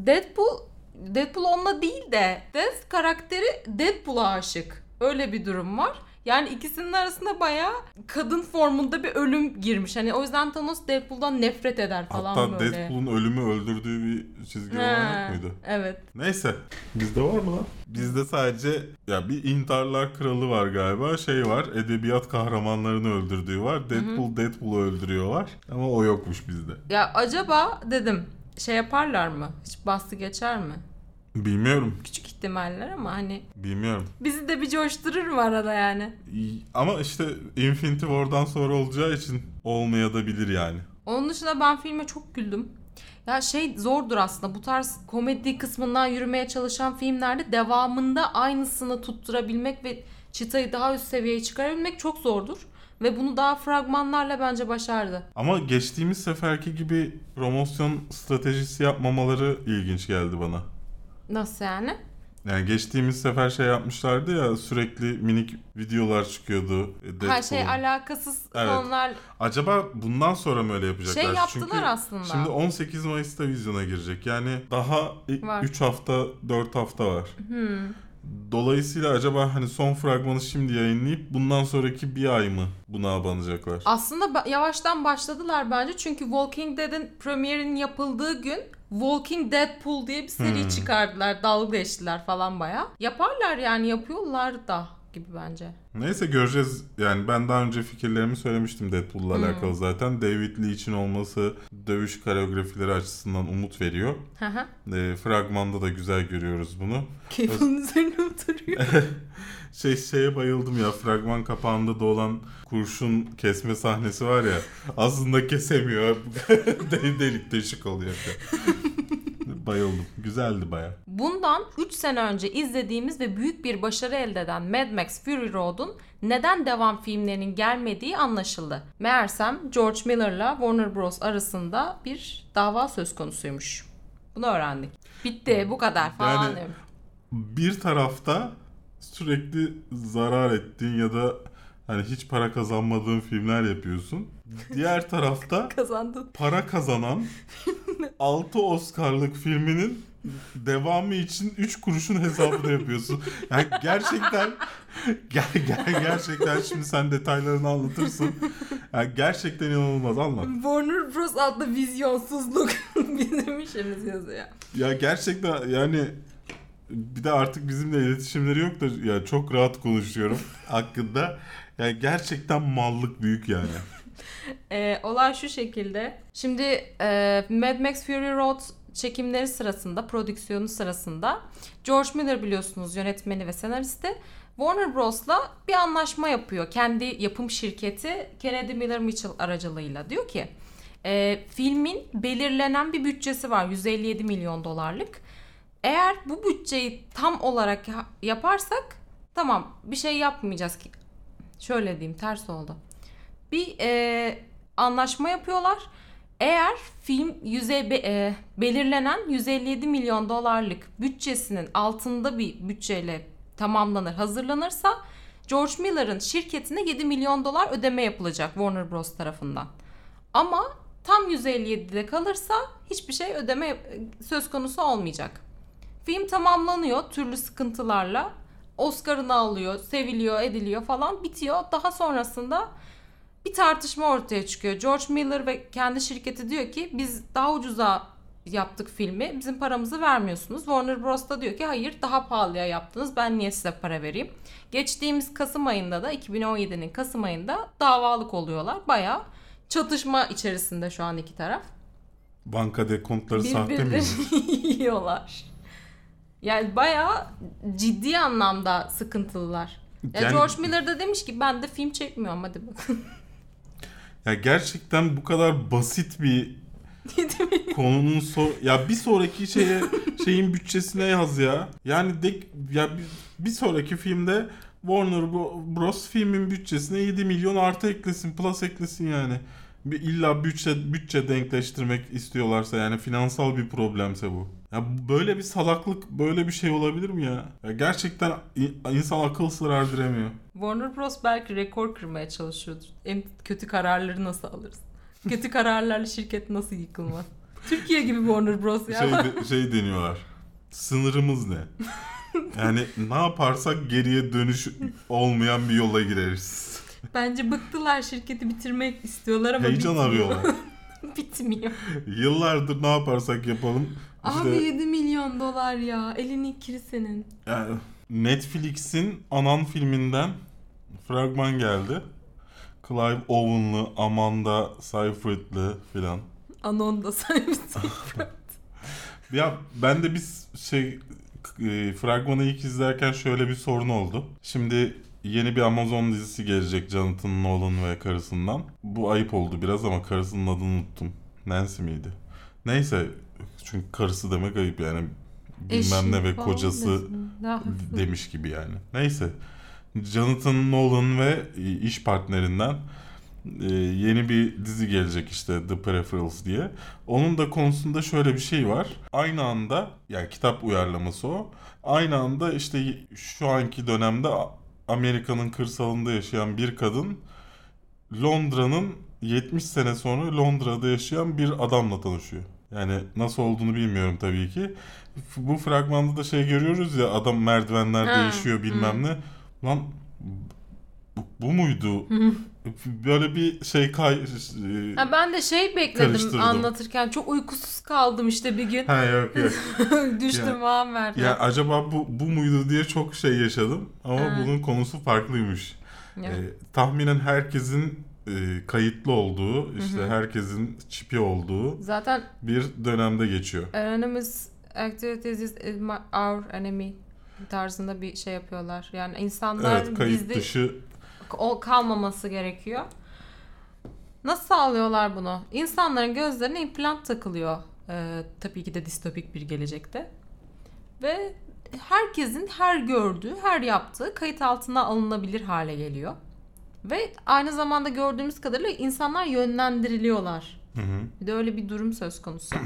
Speaker 2: Deadpool onunla değil de Death karakteri Deadpool'a aşık. Öyle bir durum var. Yani ikisinin arasında bayağı kadın formunda bir ölüm girmiş. Hani o yüzden Thanos Deadpool'dan nefret eder falan
Speaker 1: hatta
Speaker 2: böyle.
Speaker 1: Deadpool'un ölümü öldürdüğü bir çizgi roman yok muydu?
Speaker 2: Evet.
Speaker 1: Neyse. Bizde var mı lan? Bizde sadece ya bir intiharlar kralı var galiba. Şey var. Edebiyat kahramanlarını öldürdüğü var. Deadpool'u öldürüyorlar. Ama o yokmuş bizde.
Speaker 2: Ya acaba dedim şey yaparlar mı? Hiç bastı geçer mi?
Speaker 1: Bilmiyorum.
Speaker 2: Küçük ihtimaller ama hani
Speaker 1: Bilmiyorum.
Speaker 2: bizi de bir coşturur mu arada yani?
Speaker 1: Ama işte Infinity War'dan sonra olacağı için olmayabilir yani.
Speaker 2: Onun dışında ben filme çok güldüm. Ya şey zordur aslında bu tarz komedi kısmından yürümeye çalışan filmlerde devamında aynısını tutturabilmek ve çıtayı daha üst seviyeye çıkarabilmek çok zordur. Ve bunu daha fragmanlarla bence başardı.
Speaker 1: Ama geçtiğimiz seferki gibi promosyon stratejisi yapmamaları ilginç geldi bana.
Speaker 2: Nasıl yani?
Speaker 1: Yani geçtiğimiz sefer şey yapmışlardı ya, sürekli minik videolar çıkıyordu.
Speaker 2: Her şey alakasız konular.
Speaker 1: Evet. Acaba bundan sonra mı öyle yapacaklar?
Speaker 2: Şey yaptılar
Speaker 1: çünkü
Speaker 2: aslında.
Speaker 1: Şimdi 18 Mayıs'ta vizyona girecek. Yani daha 3 hafta 4 hafta var. Dolayısıyla acaba hani son fragmanı şimdi yayınlayıp bundan sonraki bir ay mı buna abanacaklar?
Speaker 2: Aslında yavaştan başladılar bence. Çünkü Walking Dead'in premierinin yapıldığı gün Walking Deadpool diye bir seri çıkardılar. Dalga geçtiler falan baya. Yaparlar yani, yapıyorlar da gibi bence.
Speaker 1: Neyse göreceğiz. Yani ben daha önce fikirlerimi söylemiştim Deadpool'la alakalı zaten. David Lee için olması dövüş koreografileri açısından umut veriyor. Fragmanda da güzel görüyoruz bunu.
Speaker 2: Keyfinin üzerine oturuyor.
Speaker 1: Şeye bayıldım ya, fragman kapağında da olan kurşun kesme sahnesi var ya, aslında kesemiyor. Delik deşik oluyor. Bayıldım. Güzeldi baya.
Speaker 2: Bundan 3 sene önce izlediğimiz ve büyük bir başarı elde eden Mad Max Fury Road'un neden devam filmlerinin gelmediği anlaşıldı. Meğersem George Miller'la Warner Bros. Arasında bir dava söz konusuymuş. Bunu öğrendik. Bitti, bu kadar falan.
Speaker 1: Yani bir tarafta sürekli zarar ettiğin ya da hani hiç para kazanmadığın filmler yapıyorsun. Diğer tarafta
Speaker 2: kazandın.
Speaker 1: Para kazanan 6 Oscar'lık filminin devamı için 3 kuruşun hesabını yapıyorsun. Yani gerçekten gerçekten şimdi sen detaylarını anlatırsın. Yani gerçekten inanılmaz, anlat.
Speaker 2: Warner Bros. Adlı vizyonsuzluk bizim işimiz yazıyor.
Speaker 1: Ya gerçekten yani bir de artık bizimle iletişimleri yok da ya çok rahat konuşuyorum hakkında. Yani gerçekten mallık büyük yani.
Speaker 2: Olay şu şekilde. Şimdi Mad Max Fury Road çekimleri sırasında, prodüksiyonu sırasında George Miller biliyorsunuz yönetmeni ve senaristi Warner Bros'la bir anlaşma yapıyor. Kendi yapım şirketi Kennedy Miller Mitchell aracılığıyla. Diyor ki filmin belirlenen bir bütçesi var, 157 milyon dolarlık. Eğer bu bütçeyi tam olarak yaparsak tamam, bir şey yapmayacağız ki. Şöyle diyeyim, ters oldu. Bir anlaşma yapıyorlar. Eğer film belirlenen 157 milyon dolarlık bütçesinin altında bir bütçeyle tamamlanır, hazırlanırsa George Miller'ın şirketine 7 milyon dolar ödeme yapılacak Warner Bros. Tarafından. Ama tam 157'de kalırsa hiçbir şey ödeme söz konusu olmayacak. Film tamamlanıyor türlü sıkıntılarla. Oscar'ını alıyor, seviliyor, ediliyor falan, bitiyor. Daha sonrasında bir tartışma ortaya çıkıyor. George Miller ve kendi şirketi diyor ki biz daha ucuza yaptık filmi, bizim paramızı vermiyorsunuz. Warner Bros. Da diyor ki hayır, daha pahalıya yaptınız, ben niye size para vereyim. Geçtiğimiz Kasım ayında da 2017'nin Kasım ayında davalık oluyorlar. Bayağı çatışma içerisinde şu an iki taraf.
Speaker 1: Banka dekontları sahte mi?
Speaker 2: Yiyorlar. Yani bayağı ciddi anlamda sıkıntılılar. Yani George Miller de demiş ki ben de film çekmiyorum, hadi bakın.
Speaker 1: Ya gerçekten bu kadar basit bir konunun ya bir sonraki şeyin bütçesine yaz ya. Yani bir sonraki filmde Warner Bros. Filmin bütçesine 7 milyon artı eklesin, plus eklesin yani. Bir illa bütçe denkleştirmek istiyorlarsa, yani finansal bir problemse bu. Ya böyle bir salaklık, böyle bir şey olabilir mi ya? Ya gerçekten insan akıl sır erdiremiyor.
Speaker 2: Warner Bros. Belki rekor kırmaya çalışıyordur. En kötü kararları nasıl alırız? Kötü kararlarla şirket nasıl yıkılmaz? Türkiye gibi Warner Bros. Ya.
Speaker 1: Şey deniyorlar. Sınırımız ne? Yani ne yaparsak geriye dönüş olmayan bir yola gireriz.
Speaker 2: Bence bıktılar, şirketi bitirmek istiyorlar ama
Speaker 1: Heyecan
Speaker 2: bitmiyor.
Speaker 1: arıyorlar.
Speaker 2: Bitmiyor.
Speaker 1: Yıllardır ne yaparsak yapalım.
Speaker 2: Abi 7 milyon dolar ya. Elini kiri senin.
Speaker 1: Yani Netflix'in Anan filminden fragman geldi. Clive Owen'lı, Amanda Seyfried'li filan.
Speaker 2: Anon da saymışsın.
Speaker 1: Ya ben de fragmanı ilk izlerken şöyle bir sorun oldu. Şimdi yeni bir Amazon dizisi gelecek Jonathan Nolan ve karısından. Bu ayıp oldu biraz ama karısının adını unuttum. Nancy miydi? Neyse, çünkü karısı demek ayıp yani. Bilmem ne ve kocası demiş gibi yani. Neyse. Jonathan Nolan ve iş partnerinden yeni bir dizi gelecek işte, The Peripherals diye. Onun da konusunda şöyle bir şey var. Aynı anda, yani kitap uyarlaması o. Aynı anda işte şu anki dönemde Amerika'nın kırsalında yaşayan bir kadın, Londra'nın 70 sene sonra Londra'da yaşayan bir adamla tanışıyor. Yani nasıl olduğunu bilmiyorum tabii ki. Bu fragmanda da şey görüyoruz ya, adam merdivenler değişiyor bilmem ne. Lan bu muydu? Böyle bir şey
Speaker 2: ben de şey bekledim
Speaker 1: karıştırdım.
Speaker 2: Anlatırken. Çok uykusuz kaldım işte bir gün.
Speaker 1: Ha yok.
Speaker 2: Düştüm falan verdim.
Speaker 1: Ya acaba bu muydu diye çok şey yaşadım. Ama bunun konusu farklıymış. Tahminen herkesin kayıtlı olduğu, işte herkesin çipi olduğu
Speaker 2: zaten
Speaker 1: bir dönemde geçiyor.
Speaker 2: Enemies activities is our enemy tarzında bir şey yapıyorlar. Yani insanlar
Speaker 1: kayıt dışı
Speaker 2: kalmaması gerekiyor. Nasıl sağlıyorlar bunu? İnsanların gözlerine implant takılıyor. Tabii ki de distopik bir gelecekte. Ve herkesin her gördüğü, her yaptığı kayıt altına alınabilir hale geliyor. Ve aynı zamanda gördüğümüz kadarıyla insanlar yönlendiriliyorlar. Bir de öyle bir durum söz konusu.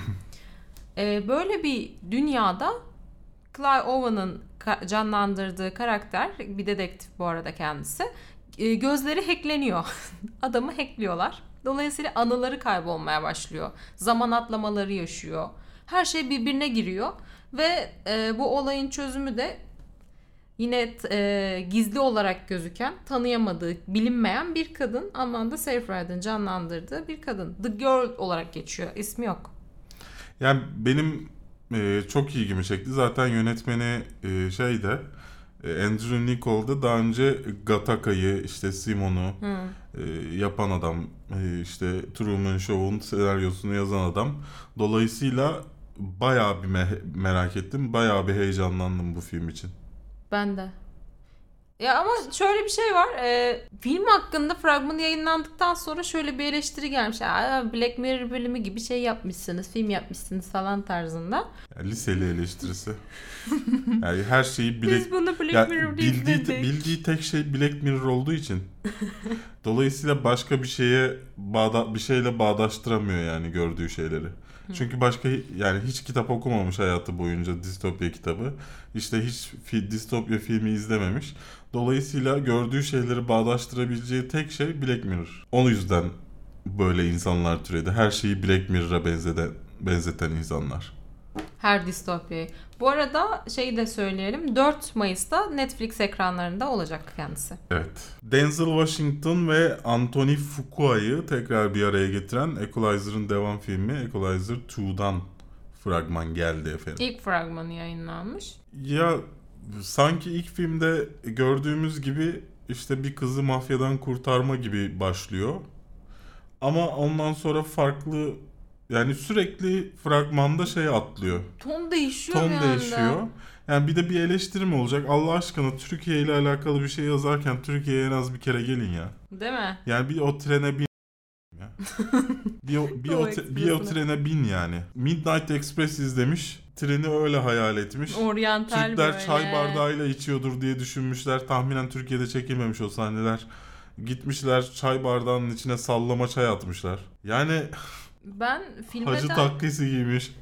Speaker 2: Böyle bir dünyada Clive Owen'ın canlandırdığı karakter, bir dedektif bu arada kendisi, gözleri hackleniyor. Adamı hackliyorlar. Dolayısıyla anıları kaybolmaya başlıyor. Zaman atlamaları yaşıyor. Her şey birbirine giriyor. Ve bu olayın çözümü de yine gizli olarak gözüken, tanıyamadığı, bilinmeyen bir kadın. Amanda Seyfried'in canlandırdığı bir kadın. The Girl olarak geçiyor. İsmi yok.
Speaker 1: Yani benim çok ilgimi çekti. Zaten yönetmeni Andrew Niccol daha önce Gattaca'yı, işte Simon'u yapan adam, işte Truman Show'un senaryosunu yazan adam. Dolayısıyla bayağı bir merak ettim. Bayağı bir heyecanlandım bu film için.
Speaker 2: Ben de. Ya ama şöyle bir şey var. Film hakkında fragmanı yayınlandıktan sonra şöyle bir eleştiri gelmiş. Black Mirror bölümü gibi şey yapmışsınız, film yapmışsınız falan tarzında.
Speaker 1: Yani liseli eleştirisi. Yani her şeyi
Speaker 2: Biz bunu Black Mirror
Speaker 1: bildiği tek şey Black Mirror olduğu için. Dolayısıyla başka bir şeyle bağdaştıramıyor yani gördüğü şeyleri. Çünkü başka, yani hiç kitap okumamış hayatı boyunca, distopya kitabı. İşte hiç distopya filmi izlememiş. Dolayısıyla gördüğü şeyleri bağdaştırabileceği tek şey Black Mirror. O yüzden böyle insanlar türedi. Her şeyi Black Mirror'a benzeten insanlar.
Speaker 2: Her distopyayı. Bu arada şeyi de söyleyelim. 4 Mayıs'ta Netflix ekranlarında olacak kendisi.
Speaker 1: Evet. Denzel Washington ve Anthony Fuqua'yı tekrar bir araya getiren Equalizer'ın devam filmi Equalizer 2'dan fragman geldi efendim.
Speaker 2: İlk fragmanı yayınlanmış.
Speaker 1: Ya sanki ilk filmde gördüğümüz gibi işte bir kızı mafyadan kurtarma gibi başlıyor. Ama ondan sonra farklı, yani sürekli fragmanda şey atlıyor.
Speaker 2: Ton değişiyor.
Speaker 1: Ton değişiyor. Yani bir de bir eleştirim olacak. Allah aşkına Türkiye ile alakalı bir şey yazarken Türkiye'ye en az bir kere gelin ya.
Speaker 2: Değil mi?
Speaker 1: Yani bir o trene bin ya. bir o trene bin yani. Midnight Express izlemiş. Treni öyle hayal etmiş.
Speaker 2: Oryantal
Speaker 1: Türkler
Speaker 2: böyle.
Speaker 1: çay bardağıyla içiyordur diye düşünmüşler. Tahminen Türkiye'de çekilmemiş o sahneler. Gitmişler çay bardağının içine sallama çay atmışlar. Yani
Speaker 2: Ben filmde
Speaker 1: hacı takkesi giymiş.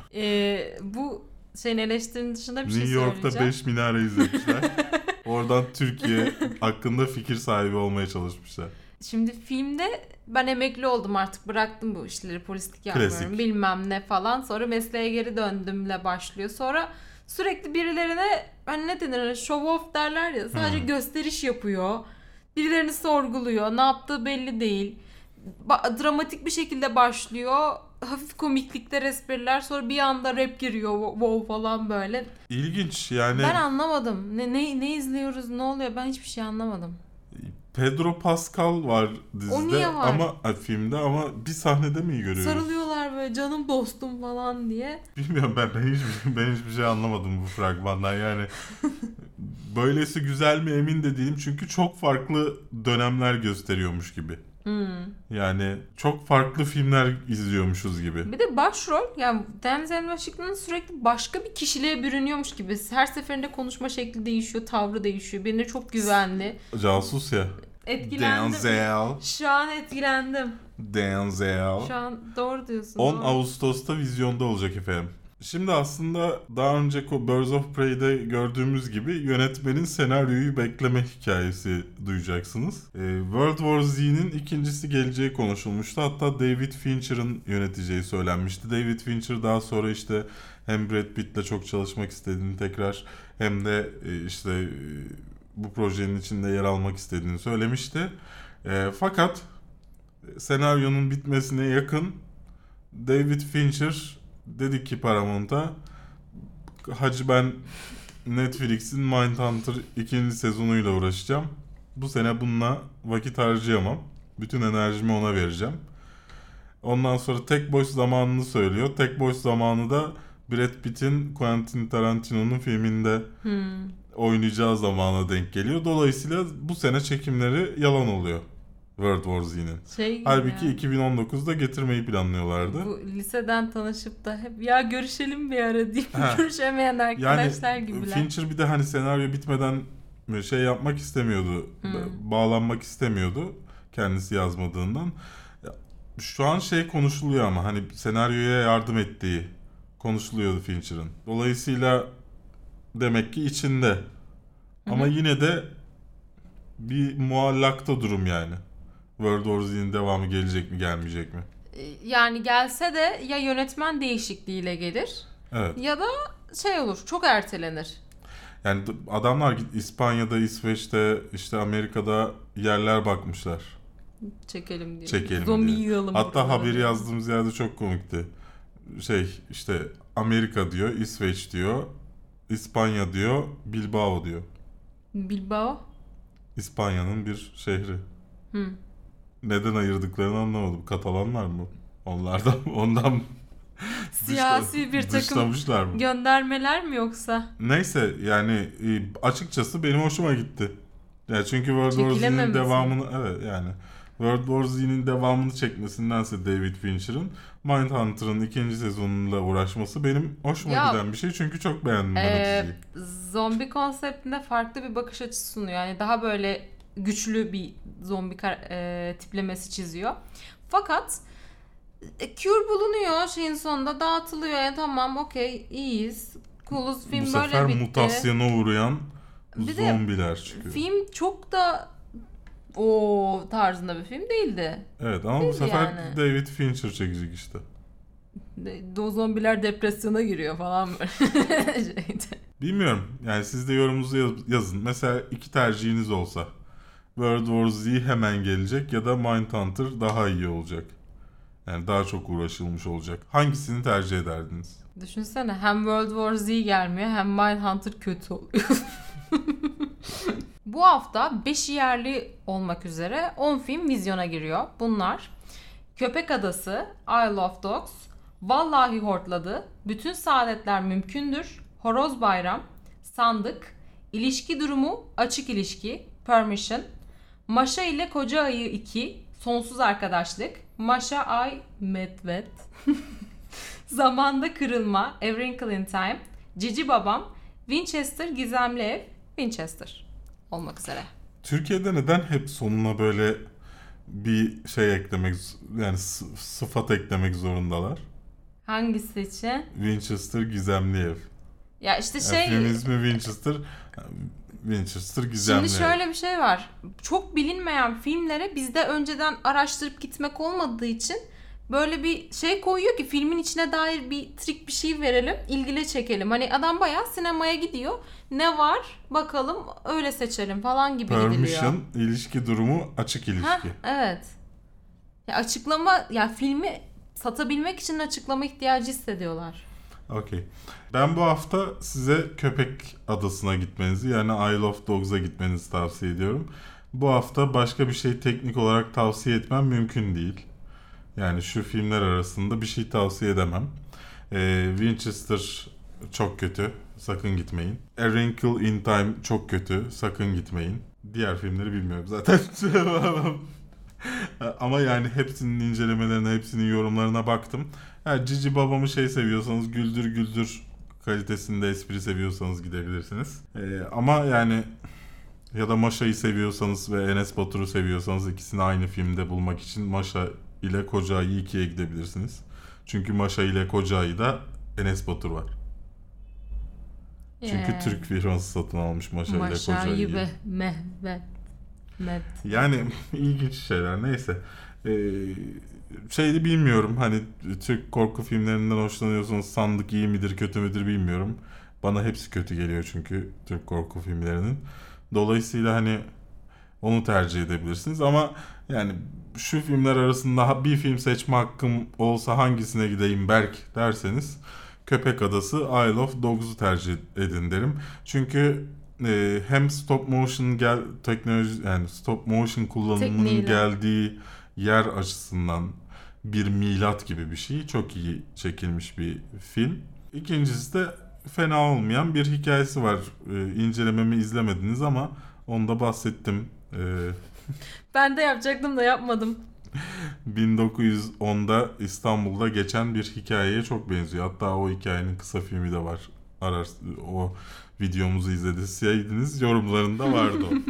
Speaker 2: Bu şeyin eleştirinin dışında bir şey
Speaker 1: New
Speaker 2: söyleyeceğim.
Speaker 1: York'ta 5 minare izlemişler. Oradan Türkiye hakkında fikir sahibi olmaya çalışmışlar.
Speaker 2: Şimdi filmde ben emekli oldum, artık bıraktım bu işleri, polislik yapmıyorum
Speaker 1: Klasik.
Speaker 2: bilmem ne falan, sonra mesleğe geri döndümle başlıyor. Sonra sürekli birilerine hani ne denir, show off derler ya, sadece gösteriş yapıyor. Birilerini sorguluyor, ne yaptığı belli değil. Dramatik bir şekilde başlıyor. Hafif komiklikler, espriler, sonra bir anda rap giriyor, wow falan böyle.
Speaker 1: İlginç yani.
Speaker 2: Ben anlamadım. Ne izliyoruz, ne oluyor, ben hiçbir şey anlamadım.
Speaker 1: Pedro Pascal var dizide.
Speaker 2: O niye var?
Speaker 1: Ama filmde ama bir sahnede mi görüyoruz?
Speaker 2: Sarılıyorlar böyle, canım dostum falan diye.
Speaker 1: Bilmiyorum, ben hiçbir şey anlamadım bu fragmandan yani. Böylesi güzel mi emin de değilim çünkü çok farklı dönemler gösteriyormuş gibi. Yani çok farklı filmler izliyormuşuz gibi.
Speaker 2: Bir de başrol yani Denzel Washington sürekli başka bir kişiliğe bürünüyormuş gibi. Her seferinde konuşma şekli değişiyor, tavrı değişiyor. Birine çok güvenli.
Speaker 1: Casus ya.
Speaker 2: Etkilendim.
Speaker 1: Denzel.
Speaker 2: Şu an etkilendim.
Speaker 1: Denzel.
Speaker 2: Şu an doğru diyorsun.
Speaker 1: 10
Speaker 2: doğru.
Speaker 1: Ağustos'ta vizyonda olacak efendim. Şimdi aslında daha önce Birds of Prey'de gördüğümüz gibi yönetmenin senaryoyu bekleme hikayesi duyacaksınız. World War Z'nin ikincisi geleceği konuşulmuştu. Hatta David Fincher'ın yöneteceği söylenmişti. David Fincher daha sonra işte hem Brad Pitt'le çok çalışmak istediğini tekrar hem de işte bu projenin içinde yer almak istediğini söylemişti. Fakat senaryonun bitmesine yakın David Fincher dedi ki Paramount'a, hacı ben Netflix'in Mindhunter 2. sezonuyla uğraşacağım. Bu sene bununla vakit harcayamam. Bütün enerjimi ona vereceğim. Ondan sonra tek boş zamanını söylüyor. Tek boş zamanı da Brad Pitt'in Quentin Tarantino'nun filminde oynayacağı zamana denk geliyor. Dolayısıyla bu sene çekimleri yalan oluyor. World War Z'nin. Halbuki ya. 2019'da getirmeyi planlıyorlardı.
Speaker 2: Bu liseden tanışıp da hep ya görüşelim bir ara deyip görüşemeyen arkadaşlar
Speaker 1: yani,
Speaker 2: gibiler.
Speaker 1: Fincher bir de hani senaryo bitmeden şey yapmak istemiyordu. Bağlanmak istemiyordu kendisi yazmadığından. Şu an şey konuşuluyor ama hani senaryoya yardım ettiği konuşuluyordu Fincher'ın. Dolayısıyla demek ki içinde. Ama yine de bir muallakta durum yani. World War Z'nin devamı gelecek mi gelmeyecek mi?
Speaker 2: Yani gelse de ya yönetmen değişikliğiyle gelir.
Speaker 1: Evet.
Speaker 2: Ya da şey olur, çok ertelenir.
Speaker 1: Yani adamlar İspanya'da, İsveç'te, işte Amerika'da yerler bakmışlar.
Speaker 2: Çekelim diye.
Speaker 1: Çekelim
Speaker 2: Zombi
Speaker 1: diye.
Speaker 2: yığalım.
Speaker 1: Hatta haberi yazdığımız yerde çok komikti. İşte Amerika diyor, İsveç diyor, İspanya diyor, Bilbao diyor.
Speaker 2: Bilbao?
Speaker 1: İspanya'nın bir şehri. Neden ayırdıklarını anlamadım. Katalanlar mı? Ondan
Speaker 2: siyasi bir takım göndermeler mi yoksa?
Speaker 1: Neyse yani açıkçası benim hoşuma gitti. Yani çünkü World War Z'nin devamını World War Z'nin devamını çekmesindense David Fincher'ın Mindhunter'ın 2. sezonuyla uğraşması benim hoşuma giden bir şey. Çünkü çok beğendim ben o diziyi.
Speaker 2: Zombi konseptinde farklı bir bakış açısı sunuyor. Yani daha böyle güçlü bir zombi tiplemesi çiziyor. Fakat cure bulunuyor şeyin sonunda, dağıtılıyor. Yani tamam, okey, iyiyiz. Cool'uz, film böyle bitti. Bu
Speaker 1: sefer mutasyona uğrayan zombiler çıkıyor.
Speaker 2: Film çok da o tarzında bir film değildi.
Speaker 1: Evet ama bu sefer yani David Fincher çekecek işte.
Speaker 2: O zombiler depresyona giriyor falan böyle şeydi.
Speaker 1: Bilmiyorum. Yani siz de yorumunuzu yazın. Mesela iki tercihiniz olsa. World War Z hemen gelecek ya da Mindhunter daha iyi olacak. Yani daha çok uğraşılmış olacak. Hangisini tercih ederdiniz?
Speaker 2: Düşünsene, hem World War Z gelmiyor hem Mindhunter kötü oluyor. Bu hafta 5 yerli olmak üzere 10 film vizyona giriyor. Bunlar Köpek Adası, Isle of Dogs, Vallahi Hortladı, Bütün Saadetler Mümkündür, Horoz Bayram, Sandık, İlişki Durumu, Açık İlişki, Permission, Maşa ile Koca Ayı 2, Sonsuz Arkadaşlık, Maşa Ay Medved, Zamanda Kırılma, A Wrinkle in Time, Cici Babam, Winchester Gizemli Ev, Winchester olmak üzere.
Speaker 1: Türkiye'de neden hep sonuna böyle bir şey eklemek, yani sıfat eklemek zorundalar?
Speaker 2: Hangisi için?
Speaker 1: Winchester gizemli ev.
Speaker 2: Ya işte
Speaker 1: Yani filmin ismi Winchester gizemli
Speaker 2: Şimdi
Speaker 1: ev.
Speaker 2: şöyle bir şey var. Çok bilinmeyen filmlere bizde önceden araştırıp gitmek olmadığı için böyle bir şey koyuyor ki filmin içine dair bir trik bir şey verelim, ilgili çekelim. Hani adam bayağı sinemaya gidiyor. Ne var? Bakalım öyle seçelim falan gibi gidiliyor.
Speaker 1: Permission, ilişki durumu, açık ilişki.
Speaker 2: Heh, evet. Ya açıklama, ya filmi satabilmek için açıklama ihtiyacı hissediyorlar.
Speaker 1: Okey. Ben bu hafta size Köpek Adası'na gitmenizi, yani Isle of Dogs'a gitmenizi tavsiye ediyorum. Bu hafta başka bir şey teknik olarak tavsiye etmem mümkün değil. Yani şu filmler arasında bir şey tavsiye edemem. Winchester çok kötü, sakın gitmeyin. A Wrinkle in Time çok kötü, sakın gitmeyin. Diğer filmleri bilmiyorum zaten. Ama yani hepsinin incelemelerine, hepsinin yorumlarına baktım. Cici Babam'ı seviyorsanız, Güldür Güldür kalitesinde espri seviyorsanız gidebilirsiniz. Ama yani ya da Maşa'yı seviyorsanız ve Enes Batur'u seviyorsanız ikisini aynı filmde bulmak için Maşa ile Koca'yı 2'ye gidebilirsiniz. Çünkü Maşa ile Koca'yı Enes Batur var. Çünkü Türk firması satın almış Maşa ile Koca'yı.
Speaker 2: Maşa'yı ve Mehmet.
Speaker 1: Yani ilginç şeyler, neyse. Şeyi bilmiyorum, hani Türk korku filmlerinden hoşlanıyorsanız Sandık iyi midir kötü müdür bilmiyorum. Bana hepsi kötü geliyor çünkü Türk korku filmlerinin. Dolayısıyla hani onu tercih edebilirsiniz ama yani şu filmler arasında bir film seçme hakkım olsa hangisine gideyim Berk derseniz Köpek Adası, Isle of Dogs'u tercih edin derim. Çünkü hem stop motion teknoloji, yani stop motion kullanımının
Speaker 2: Tekniğiyle
Speaker 1: geldiği yer açısından bir milat gibi bir şey. Çok iyi çekilmiş bir film. İkincisi de fena olmayan bir hikayesi var. İncelememi izlemediniz ama onu da bahsettim.
Speaker 2: Ben de yapacaktım da yapmadım.
Speaker 1: 1910'da İstanbul'da geçen bir hikayeye çok benziyor. Hatta o hikayenin kısa filmi de var. O videomuzu izlediyseniz yorumlarında vardı o.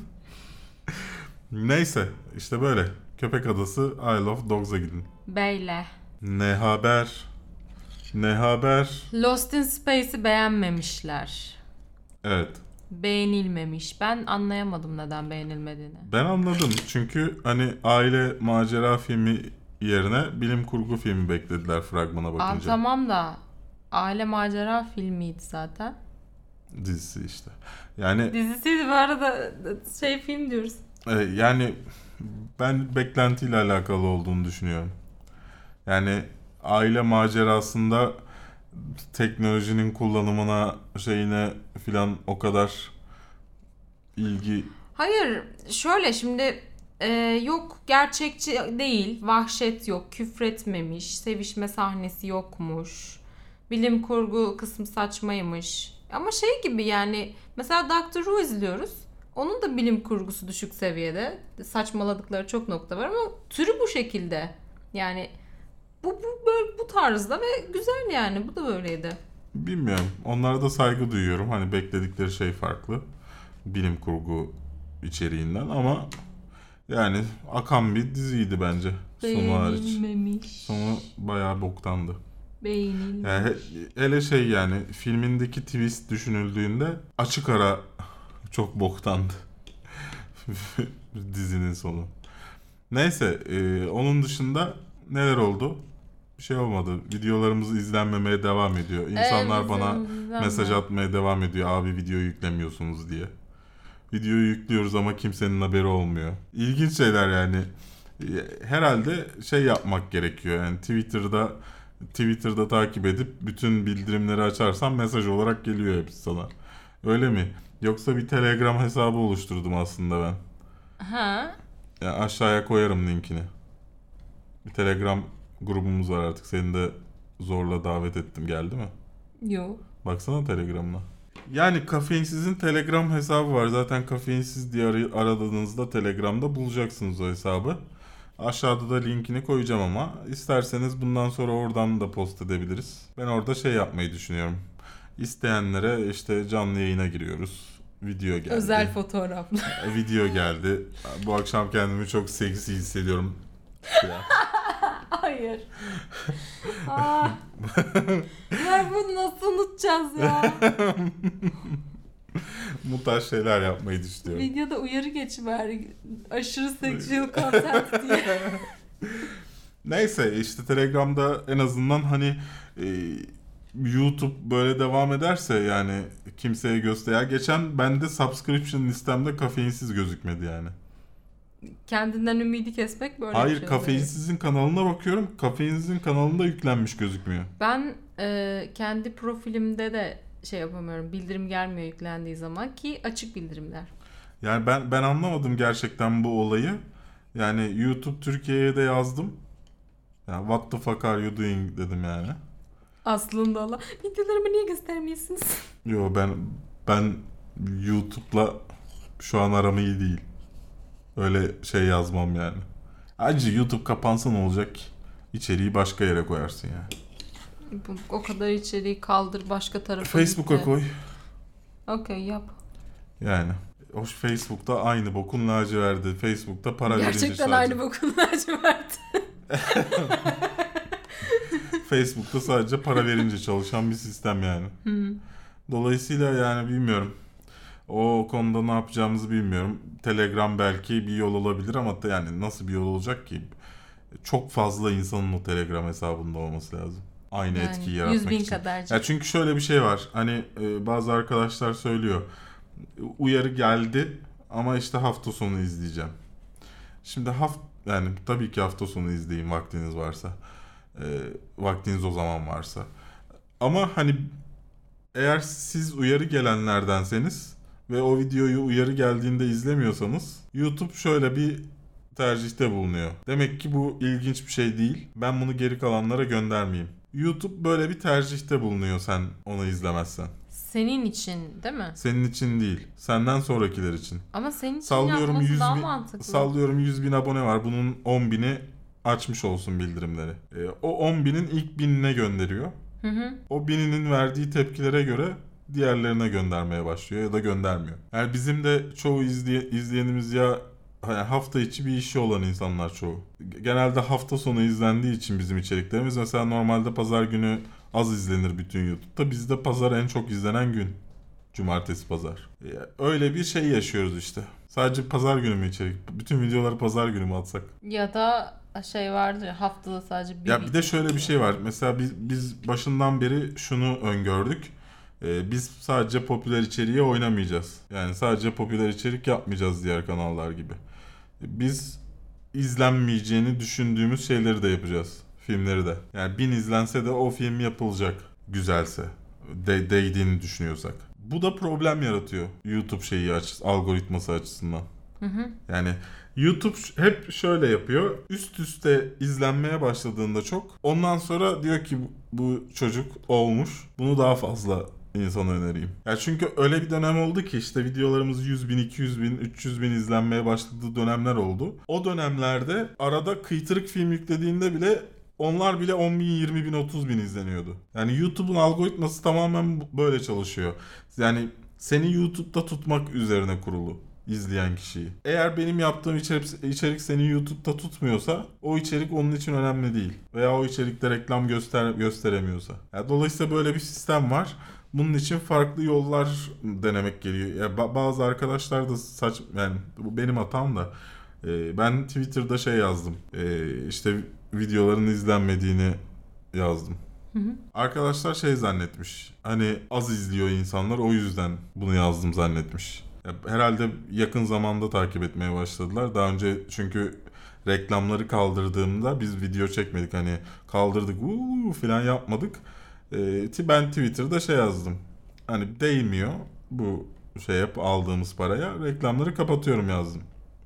Speaker 1: Neyse işte böyle. Köpek Adası, Isle of Dogs'a gidin.
Speaker 2: Beyle.
Speaker 1: Ne haber? Ne haber?
Speaker 2: Lost in Space'i beğenmemişler.
Speaker 1: Evet.
Speaker 2: Beğenilmemiş. Ben anlayamadım neden beğenilmediğini.
Speaker 1: Ben anladım. Çünkü hani aile macera filmi yerine bilim kurgu filmi beklediler fragmana bakınca.
Speaker 2: Tamam da aile macera filmiydi zaten.
Speaker 1: Dizisi işte. Yani
Speaker 2: Dizisiydi bu arada, film diyoruz.
Speaker 1: yani ben beklentiyle alakalı olduğunu düşünüyorum. Yani aile macerasında teknolojinin kullanımına şeyine filan o kadar ilgi...
Speaker 2: Hayır, şöyle şimdi yok gerçekçi değil, vahşet yok, küfretmemiş, sevişme sahnesi yokmuş, bilim kurgu kısmı saçmaymış. Ama şey gibi yani mesela Doctor Who izliyoruz. Onun da bilim kurgusu düşük seviyede. Saçmaladıkları çok nokta var ama türü bu şekilde. Yani bu böyle bu tarzda ve güzel yani. Bu da böyleydi.
Speaker 1: Bilmiyorum. Onlara da saygı duyuyorum. Hani bekledikleri şey farklı. Bilim kurgu içeriğinden ama yani akan bir diziydi bence. Sonu hariç.
Speaker 2: Beğenilmemiş.
Speaker 1: Sonu bayağı boktandı.
Speaker 2: Beğenilmemiş.
Speaker 1: Yani hele şey yani filmindeki twist düşünüldüğünde açık ara çok boktandı. Dizinin sonu. Neyse onun dışında neler oldu? Bir şey olmadı. Videolarımız izlenmemeye devam ediyor. İnsanlar bana mesaj atmaya devam ediyor. Abi video yüklemiyorsunuz diye. Videoyu yüklüyoruz ama kimsenin haberi olmuyor. İlginç şeyler yani. Herhalde şey yapmak gerekiyor. Yani Twitter'da takip edip bütün bildirimleri açarsan mesaj olarak geliyor hepsi sana. Öyle mi? Yoksa bir Telegram hesabı oluşturdum aslında ben.
Speaker 2: Ha?
Speaker 1: Yani aşağıya koyarım linkini. Bir Telegram grubumuz var artık. Seni de zorla davet ettim. Geldi mi?
Speaker 2: Yok.
Speaker 1: Baksana Telegram'ına. Yani Kafeinsiz'in Telegram hesabı var. Zaten Kafeinsiz diye aradığınızda Telegram'da bulacaksınız o hesabı. Aşağıda da linkini koyacağım ama isterseniz bundan sonra oradan da post edebiliriz. Ben orada şey yapmayı düşünüyorum. İsteyenlere işte canlı yayına giriyoruz. video geldi.
Speaker 2: Özel fotoğraflar.
Speaker 1: Video geldi. Bu akşam kendimi çok seksi hissediyorum.
Speaker 2: Hayır. Ya bunu nasıl unutacağız ya?
Speaker 1: Bu tarz şeyler yapmayı düşünüyorum.
Speaker 2: Videoda uyarı geçiver. Aşırı sexual content diye.
Speaker 1: Neyse işte Telegram'da en azından hani YouTube böyle devam ederse yani kimseye göster. Geçen bende subscription listemde kafeinsiz gözükmedi yani.
Speaker 2: Kendinden ümidi kesmek böyle
Speaker 1: Hayır,
Speaker 2: bir şey.
Speaker 1: Kafeinsiz'in kanalına bakıyorum. Kafeinsiz'in kanalında yüklenmiş gözükmüyor.
Speaker 2: Ben kendi profilimde de şey yapamıyorum. Bildirim gelmiyor yüklendiği zaman ki açık bildirimler.
Speaker 1: Yani ben anlamadım gerçekten bu olayı. Yani YouTube Türkiye'ye de yazdım. Yani what the fuck are you doing dedim yani.
Speaker 2: Aslında Allah. Videolarımı niye göstermiyorsunuz?
Speaker 1: Yo ben YouTube'la şu an aram iyi değil. Öyle şey yazmam yani. Ayrıca YouTube kapansa ne olacak ki? İçeriği başka yere koyarsın yani.
Speaker 2: O kadar içeriği kaldır başka tarafa
Speaker 1: Facebook'a
Speaker 2: gitti.
Speaker 1: koy.
Speaker 2: Okey yap.
Speaker 1: Yani hoş Facebook'ta aynı bokun laciverdi. Facebook'ta para verince
Speaker 2: Gerçekten
Speaker 1: sadece.
Speaker 2: aynı bokun laciverdi.
Speaker 1: Facebook'ta sadece para verince çalışan bir sistem yani. Dolayısıyla yani bilmiyorum. O konuda ne yapacağımızı bilmiyorum. Telegram belki bir yol olabilir ama yani nasıl bir yol olacak ki? Çok fazla insanın o Telegram hesabında olması lazım. Aynı
Speaker 2: Yani
Speaker 1: etkiyi yaratmak
Speaker 2: 100.000
Speaker 1: için.
Speaker 2: kadarcık.
Speaker 1: Ya çünkü şöyle bir şey var. Hani bazı arkadaşlar söylüyor. Uyarı geldi ama işte hafta sonu izleyeceğim. Şimdi yani tabii ki hafta sonu izleyin vaktiniz varsa. Vaktiniz o zaman varsa. Ama hani eğer siz uyarı gelenlerdenseniz ve o videoyu uyarı geldiğinde izlemiyorsanız YouTube şöyle bir tercihte bulunuyor. Demek ki bu ilginç bir şey değil. Ben bunu geri kalanlara göndermeyeyim. YouTube böyle bir tercihte bulunuyor sen onu izlemezsen.
Speaker 2: Senin için değil mi?
Speaker 1: Senin için değil. Senden sonrakiler için.
Speaker 2: Ama senin için
Speaker 1: Sallıyorum
Speaker 2: yapması daha mantıklı.
Speaker 1: Sallıyorum 100.000 abone var. Bunun 10.000'i açmış olsun bildirimleri. O 10.000'in ilk 1000'ine gönderiyor. O 1000'inin verdiği tepkilere göre diğerlerine göndermeye başlıyor ya da göndermiyor. Yani bizim de çoğu izleyenimiz ya hafta içi bir işi olan insanlar çoğu. Genelde hafta sonu izlendiği için bizim içeriklerimiz. Mesela normalde pazar günü az izlenir bütün YouTube'da. Bizde pazar en çok izlenen gün. Cumartesi pazar. Öyle bir şey yaşıyoruz işte. Sadece pazar günü mü içerik? Bütün videoları pazar günü mü atsak?
Speaker 2: Ya da şey vardır ya haftada sadece bir.
Speaker 1: Ya bir de şöyle bir şey var. Mesela biz başından beri şunu öngördük. Biz sadece popüler içeriğe oynamayacağız. Yani sadece popüler içerik yapmayacağız diğer kanallar gibi. Biz izlenmeyeceğini düşündüğümüz şeyleri de yapacağız. Filmleri de. Yani 1000 izlense de o film yapılacak. Güzelse. Değdiğini düşünüyorsak. Bu da problem yaratıyor. YouTube algoritması açısından. Yani YouTube hep şöyle yapıyor. Üst üste izlenmeye başladığında çok. Ondan sonra diyor ki bu çocuk olmuş. Bunu daha fazla insana önereyim. Ya çünkü öyle bir dönem oldu ki işte videolarımız 100.000, 200.000, 300.000 izlenmeye başladığı dönemler oldu. O dönemlerde arada kıytırık film yüklediğinde bile onlar bile 10.000, 20.000, 30.000 izleniyordu. Yani YouTube'un algoritması tamamen böyle çalışıyor. Yani seni YouTube'da tutmak üzerine kurulu. İzleyen kişiyi. Eğer benim yaptığım içerik seni YouTube'da tutmuyorsa o içerik onun için önemli değil. Veya o içerikte reklam gösteremiyorsa. Yani dolayısıyla böyle bir sistem var. Bunun için farklı yollar denemek geliyor. Yani bazı arkadaşlar da yani bu benim hatam da ben Twitter'da şey yazdım. İşte videoların izlenmediğini yazdım. Arkadaşlar şey zannetmiş. Hani az izliyor insanlar o yüzden bunu yazdım zannetmiş. Herhalde yakın zamanda takip etmeye başladılar. Daha önce çünkü reklamları kaldırdığımda biz video çekmedik. Hani kaldırdık falan yapmadık. Ben Twitter'da şey yazdım. Hani değmiyor bu aldığımız paraya. Reklamları kapatıyorum yazdım.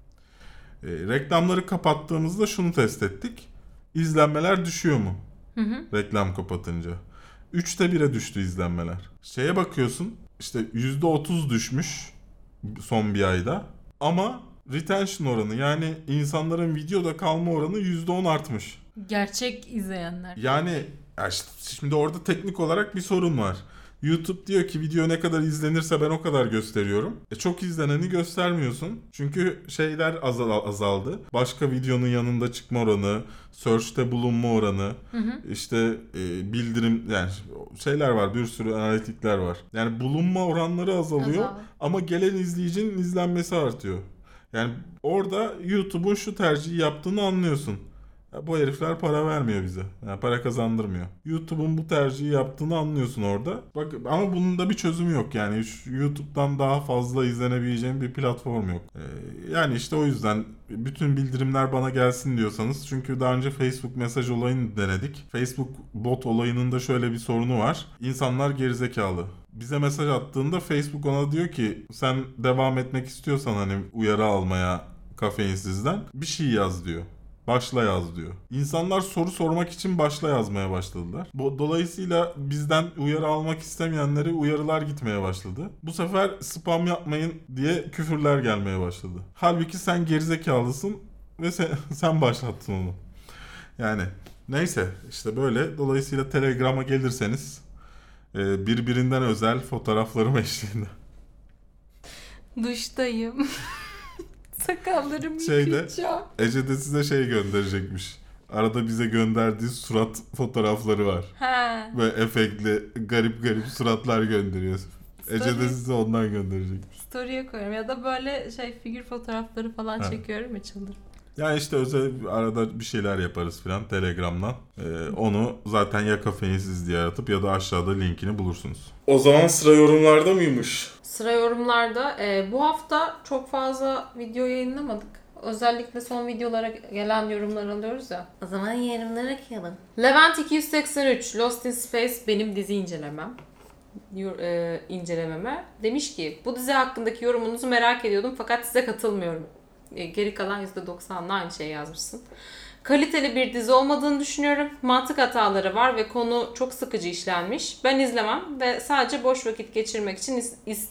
Speaker 1: Reklamları kapattığımızda şunu test ettik. İzlenmeler düşüyor mu? Reklam kapatınca. 3'te 1'e düştü izlenmeler. Şeye bakıyorsun işte %30 düşmüş son bir ayda. Ama retention oranı yani insanların videoda kalma oranı %10 artmış.
Speaker 2: Gerçek izleyenler.
Speaker 1: Yani şimdi orada teknik olarak bir sorun var. YouTube diyor ki video ne kadar izlenirse ben o kadar gösteriyorum. Çok izleneni göstermiyorsun. Çünkü şeyler azaldı. Başka videonun yanında çıkma oranı, search'te bulunma oranı, işte bildirim, yani şeyler var, bir sürü analitikler var. Yani bulunma oranları azalıyor ama gelen izleyicinin izlenmesi artıyor. Yani orada YouTube'un şu tercihi yaptığını anlıyorsun. Ya bu herifler para vermiyor bize. Yani para kazandırmıyor. YouTube'un bu tercihi yaptığını anlıyorsun orada. Bak, ama bunun da bir çözümü yok. Yani YouTube'dan daha fazla izlenebileceğin bir platform yok. Yani işte o yüzden bütün bildirimler bana gelsin diyorsanız. Çünkü daha önce Facebook mesaj olayını denedik. Facebook bot olayının da şöyle bir sorunu var. İnsanlar gerizekalı. Bize mesaj attığında Facebook ona diyor ki sen devam etmek istiyorsan hani uyarı almaya kafeinsizden bir şey yaz diyor. Başla yaz diyor. İnsanlar soru sormak için başla yazmaya başladılar. Dolayısıyla bizden uyarı almak istemeyenlere uyarılar gitmeye başladı. Bu sefer spam yapmayın diye küfürler gelmeye başladı. Halbuki sen gerizekalısın ve sen başlattın onu. Yani neyse işte böyle. Dolayısıyla Telegram'a gelirseniz birbirinden özel fotoğraflarım eşliğinde.
Speaker 2: Duştayım. Sakallarımı yıkayacağım.
Speaker 1: Ece de size şey gönderecekmiş. Arada bize gönderdiği surat fotoğrafları var.
Speaker 2: He.
Speaker 1: Böyle efektli, garip garip suratlar gönderiyor. Ece de size ondan gönderecekmiş.
Speaker 2: Story'e koyuyorum ya da böyle figür fotoğrafları falan çekiyorum ya, çıldırırım.
Speaker 1: Yani işte özel arada bir şeyler yaparız filan Telegram'dan. Onu zaten ya kafeinsiz diye aratıp ya da aşağıda linkini bulursunuz. O zaman sıra yorumlarda mıymış?
Speaker 2: Sıra yorumlarda. Bu hafta çok fazla video yayınlamadık. Özellikle son videolara gelen yorumlar alıyoruz ya. O zaman yorumlara koyalım. Levent 283, Lost in Space benim dizi incelememe. Demiş ki bu dizi hakkındaki yorumunuzu merak ediyordum fakat size katılmıyorum. Geri kalan %90'la aynı şeyi yazmışsın. Kaliteli bir dizi olmadığını düşünüyorum. Mantık hataları var ve konu çok sıkıcı işlenmiş. Ben izlemem ve sadece boş vakit geçirmek için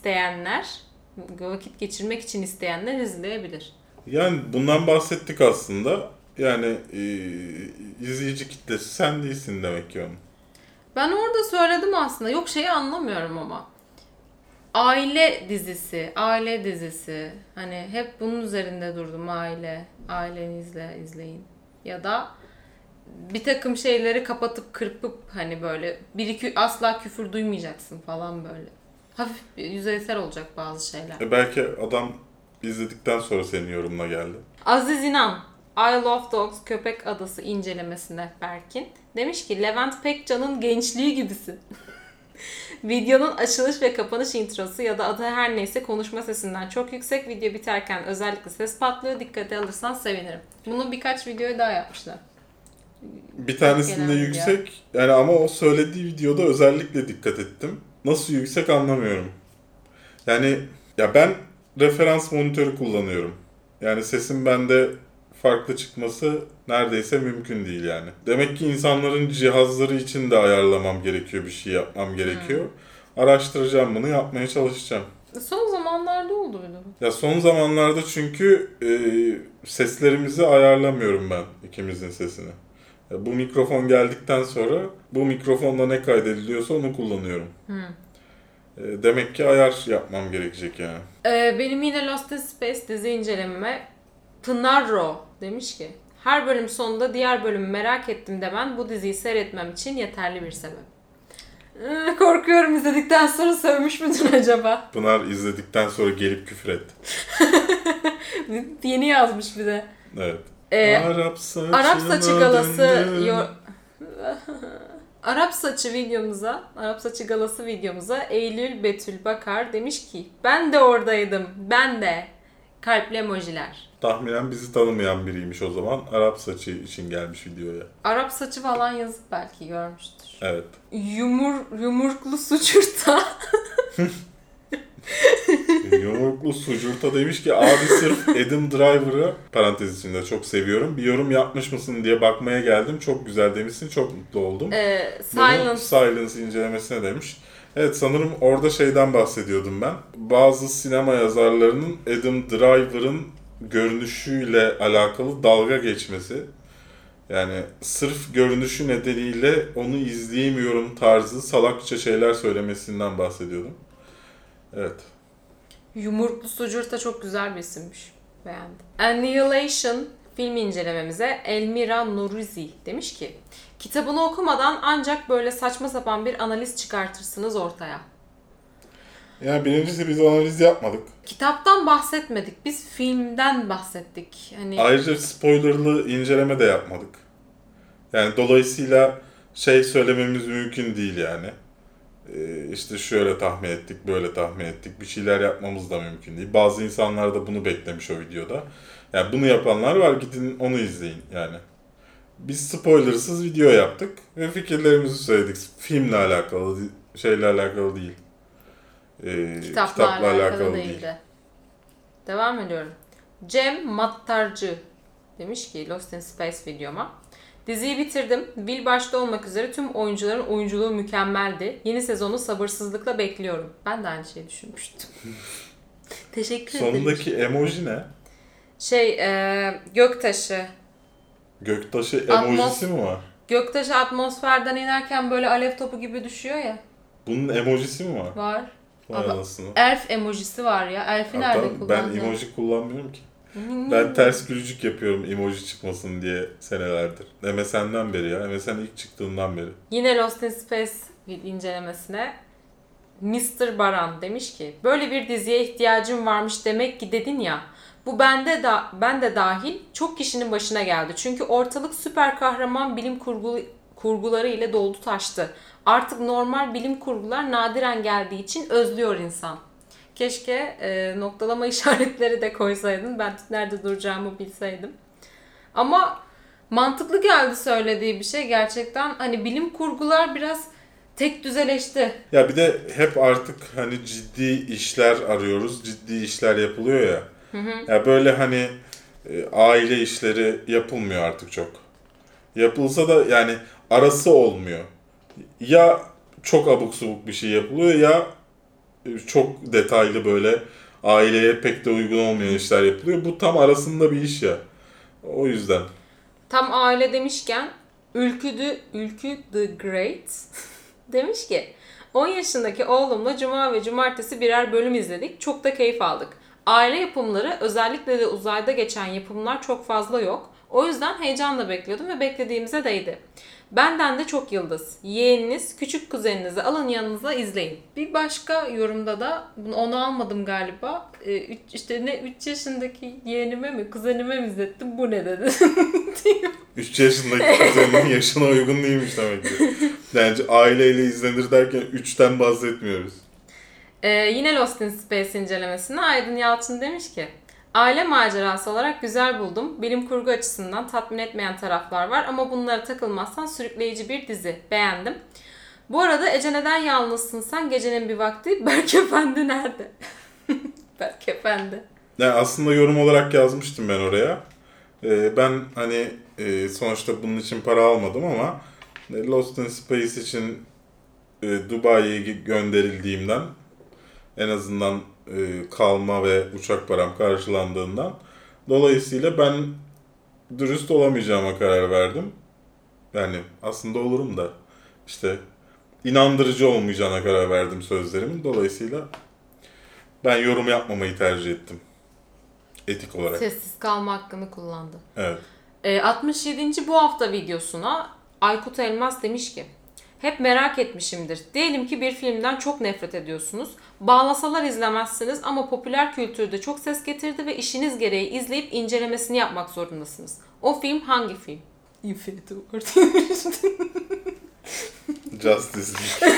Speaker 2: isteyenler izleyebilir.
Speaker 1: Yani bundan bahsettik aslında. Yani izleyici kitlesi sen değilsin demek ki onun.
Speaker 2: Ben orada söyledim aslında. Yok, şeyi anlamıyorum ama. Aile dizisi. Hani hep bunun üzerinde durdum, aileni izleyin. Ya da bir takım şeyleri kapatıp kırpıp hani böyle asla küfür duymayacaksın falan böyle. Hafif yüzeysel olacak bazı şeyler.
Speaker 1: Belki adam izledikten sonra senin yorumuna geldi.
Speaker 2: Aziz İnan, I Love Dogs Köpek Adası incelemesine Berkin demiş ki Levent Pekcan'ın gençliği gibisin. Videonun açılış ve kapanış introsu ya da adı her neyse konuşma sesinden çok yüksek. Video biterken özellikle ses patlıyor. Dikkate alırsan sevinirim. Bunu birkaç videoya daha yapmışlar.
Speaker 1: Bir tanesinde yüksek yani, ama o söylediği videoda özellikle dikkat ettim. Nasıl yüksek anlamıyorum. Yani ya ben referans monitörü kullanıyorum. Yani sesin bende farklı çıkması neredeyse mümkün değil yani. Demek ki insanların cihazları için de ayarlamam gerekiyor, bir şey yapmam gerekiyor. Araştıracağım bunu, yapmaya çalışacağım.
Speaker 2: Son zamanlarda oldu bir de.
Speaker 1: Ya son zamanlarda çünkü seslerimizi ayarlamıyorum ben, ikimizin sesini. Bu mikrofon geldikten sonra bu mikrofonla ne kaydediliyorsa onu kullanıyorum. Demek ki ayar yapmam gerekecek yani.
Speaker 2: Benim yine Lost in Space dizi incelememe Pınarro demiş ki her bölüm sonunda diğer bölümü merak ettim demen bu diziyi seyretmem için yeterli bir sebep. Korkuyorum, izledikten sonra sövmüş müdür acaba?
Speaker 1: Pınar izledikten sonra gelip küfür etti.
Speaker 2: Yeni yazmış bir de.
Speaker 1: Evet.
Speaker 2: Arap saçı galası Arap saçı galası videomuza Eylül Betül Bakar demiş ki ben de oradaydım. Ben de. Kalpli emojiler.
Speaker 1: Tahminen bizi tanımayan biriymiş o zaman. Arap saçı için gelmiş videoya.
Speaker 2: Arap saçı falan yazıp belki görmüştür.
Speaker 1: Evet.
Speaker 2: Yumurklu sucurta.
Speaker 1: Yumruklu sucurta demiş ki abi sırf Adam Driver'ı parantez içinde çok seviyorum. Bir yorum yapmış mısın diye bakmaya geldim. Çok güzel demişsin. Çok mutlu oldum. Silence incelemesine demiş. Evet, sanırım orada şeyden bahsediyordum ben. Bazı sinema yazarlarının Adam Driver'ın görünüşüyle alakalı dalga geçmesi. Yani sırf görünüşü nedeniyle onu izleyemiyorum tarzı salakça şeyler söylemesinden bahsediyordum. Evet.
Speaker 2: Yumurtlu Sucurta çok güzel bir isimmiş. Beğendim. Annihilation film incelememize Elmira Nuruzi demiş ki kitabını okumadan ancak böyle saçma sapan bir analiz çıkartırsınız ortaya.
Speaker 1: Yani birincisi biz analiz yapmadık.
Speaker 2: Kitaptan bahsetmedik. Biz filmden bahsettik. Hani
Speaker 1: Ayrıca spoilerlı inceleme de yapmadık. Yani dolayısıyla şey söylememiz mümkün değil yani. İşte şöyle tahmin ettik, böyle tahmin ettik. Bir şeyler yapmamız da mümkün değil. Bazı insanlar da bunu beklemiş o videoda. Yani bunu yapanlar var, gidin onu izleyin yani. Biz spoilersız video yaptık ve fikirlerimizi söyledik. Filmle alakalı, şeyle alakalı değil.
Speaker 2: kitapla alakalı değildi. Devam ediyorum. Cem Mattarcı demiş ki Lost in Space videoma. Diziyi bitirdim. Will başta olmak üzere tüm oyuncuların oyunculuğu mükemmeldi. Yeni sezonu sabırsızlıkla bekliyorum. Ben de aynı şeyi düşünmüştüm. Teşekkür ederim.
Speaker 1: Sonundaki emoji ne?
Speaker 2: Göktaşı.
Speaker 1: Göktaşı emojisi mi var?
Speaker 2: Göktaşı atmosferden inerken böyle alev topu gibi düşüyor ya.
Speaker 1: Bunun emojisi mi var?
Speaker 2: Var.
Speaker 1: Vay anasını.
Speaker 2: Elf emojisi var ya. Elf'i nerede kullanacağım?
Speaker 1: Ben emoji kullanmıyorum ki. Ben ters gülücük yapıyorum emoji çıkmasın diye senelerdir. MSN'den beri ya. MSN ilk çıktığından beri.
Speaker 2: Yine Lost in Space incelemesine Mr. Baran demiş ki böyle bir diziye ihtiyacım varmış demek ki dedin ya. Bu ben de dahil çok kişinin başına geldi. Çünkü ortalık süper kahraman bilim kurguları ile doldu taştı. Artık normal bilim kurgular nadiren geldiği için özlüyor insan. Keşke noktalama işaretleri de koysaydın. Ben nerede duracağımı bilseydim. Ama mantıklı geldi söylediği bir şey. Gerçekten hani bilim kurgular biraz tek düzeleşti.
Speaker 1: Ya bir de hep artık hani ciddi işler arıyoruz. Ciddi işler yapılıyor ya. Ya böyle hani aile işleri yapılmıyor artık çok. Yapılsa da yani arası olmuyor. Ya çok abuk subuk bir şey yapılıyor ya çok detaylı böyle aileye pek de uygun olmayan işler yapılıyor. Bu tam arasında bir iş ya. O yüzden.
Speaker 2: Tam aile demişken Ülkü the Great demiş ki 10 yaşındaki oğlumla cuma ve cumartesi birer bölüm izledik. Çok da keyif aldık. Aile yapımları özellikle de uzayda geçen yapımlar çok fazla yok. O yüzden heyecanla bekliyordum ve beklediğimize değdi. Benden de çok yıldız. Yeğeniniz, küçük kuzeninizi alın yanınıza izleyin. Bir başka yorumda da onu almadım galiba. 3 yaşındaki yeğenime mi kuzenime mi izlettim bu ne dedi.
Speaker 1: 3 yaşındaki kuzenin yaşına uygun değilmiş demek ki. Bence aileyle izlenir derken 3'ten bahsetmiyoruz.
Speaker 2: Yine Lost in Space incelemesine Aydın Yalçın demiş ki aile macerası olarak güzel buldum. Bilim kurgu açısından tatmin etmeyen taraflar var ama bunlara takılmazsan sürükleyici bir dizi. Beğendim. Bu arada Ece neden yalnızsın sen? Gecenin bir vakti Berk Efendi nerede? Berk Efendi.
Speaker 1: Yani aslında yorum olarak yazmıştım ben oraya. Ben hani sonuçta bunun için para almadım ama Lost in Space için Dubai'ye gönderildiğimden en azından kalma ve uçak param karşılandığından dolayısıyla ben dürüst olamayacağıma karar verdim. Yani aslında olurum da işte inandırıcı olmayacağına karar verdim sözlerimin. Dolayısıyla ben yorum yapmamayı tercih ettim. Etik olarak.
Speaker 2: Sessiz kalma hakkını kullandı.
Speaker 1: Evet.
Speaker 2: 67. bu hafta videosuna Aykut Elmas demiş ki hep merak etmişimdir. Diyelim ki bir filmden çok nefret ediyorsunuz. Bağlasalar izlemezsiniz ama popüler kültürde çok ses getirdi ve işiniz gereği izleyip incelemesini yapmak zorundasınız. O film hangi film? Infinity War.
Speaker 1: Justice League.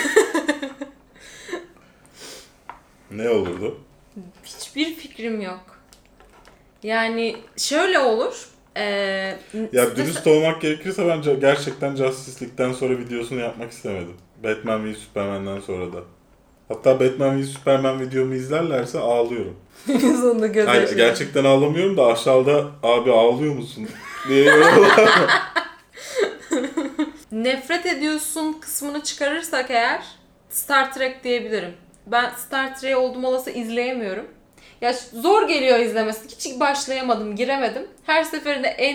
Speaker 1: Ne olurdu?
Speaker 2: Hiçbir fikrim yok. Yani şöyle olur.
Speaker 1: Ya dürüst olmak gerekirse ben gerçekten Justice League'den sonra videosunu yapmak istemedim. Batman v Superman'den sonra da. Hatta Batman v Superman videomu izlerlerse ağlıyorum.
Speaker 2: Sonunda
Speaker 1: Hayır, gerçekten ağlamıyorum da aşağıda abi ağlıyor musun diye yorumlar.
Speaker 2: Nefret ediyorsun kısmını çıkarırsak eğer Star Trek diyebilirim. Ben Star Trek'i oldum olası izleyemiyorum. Ya zor geliyor izlemesi. Hiç başlayamadım, giremedim. Her seferinde en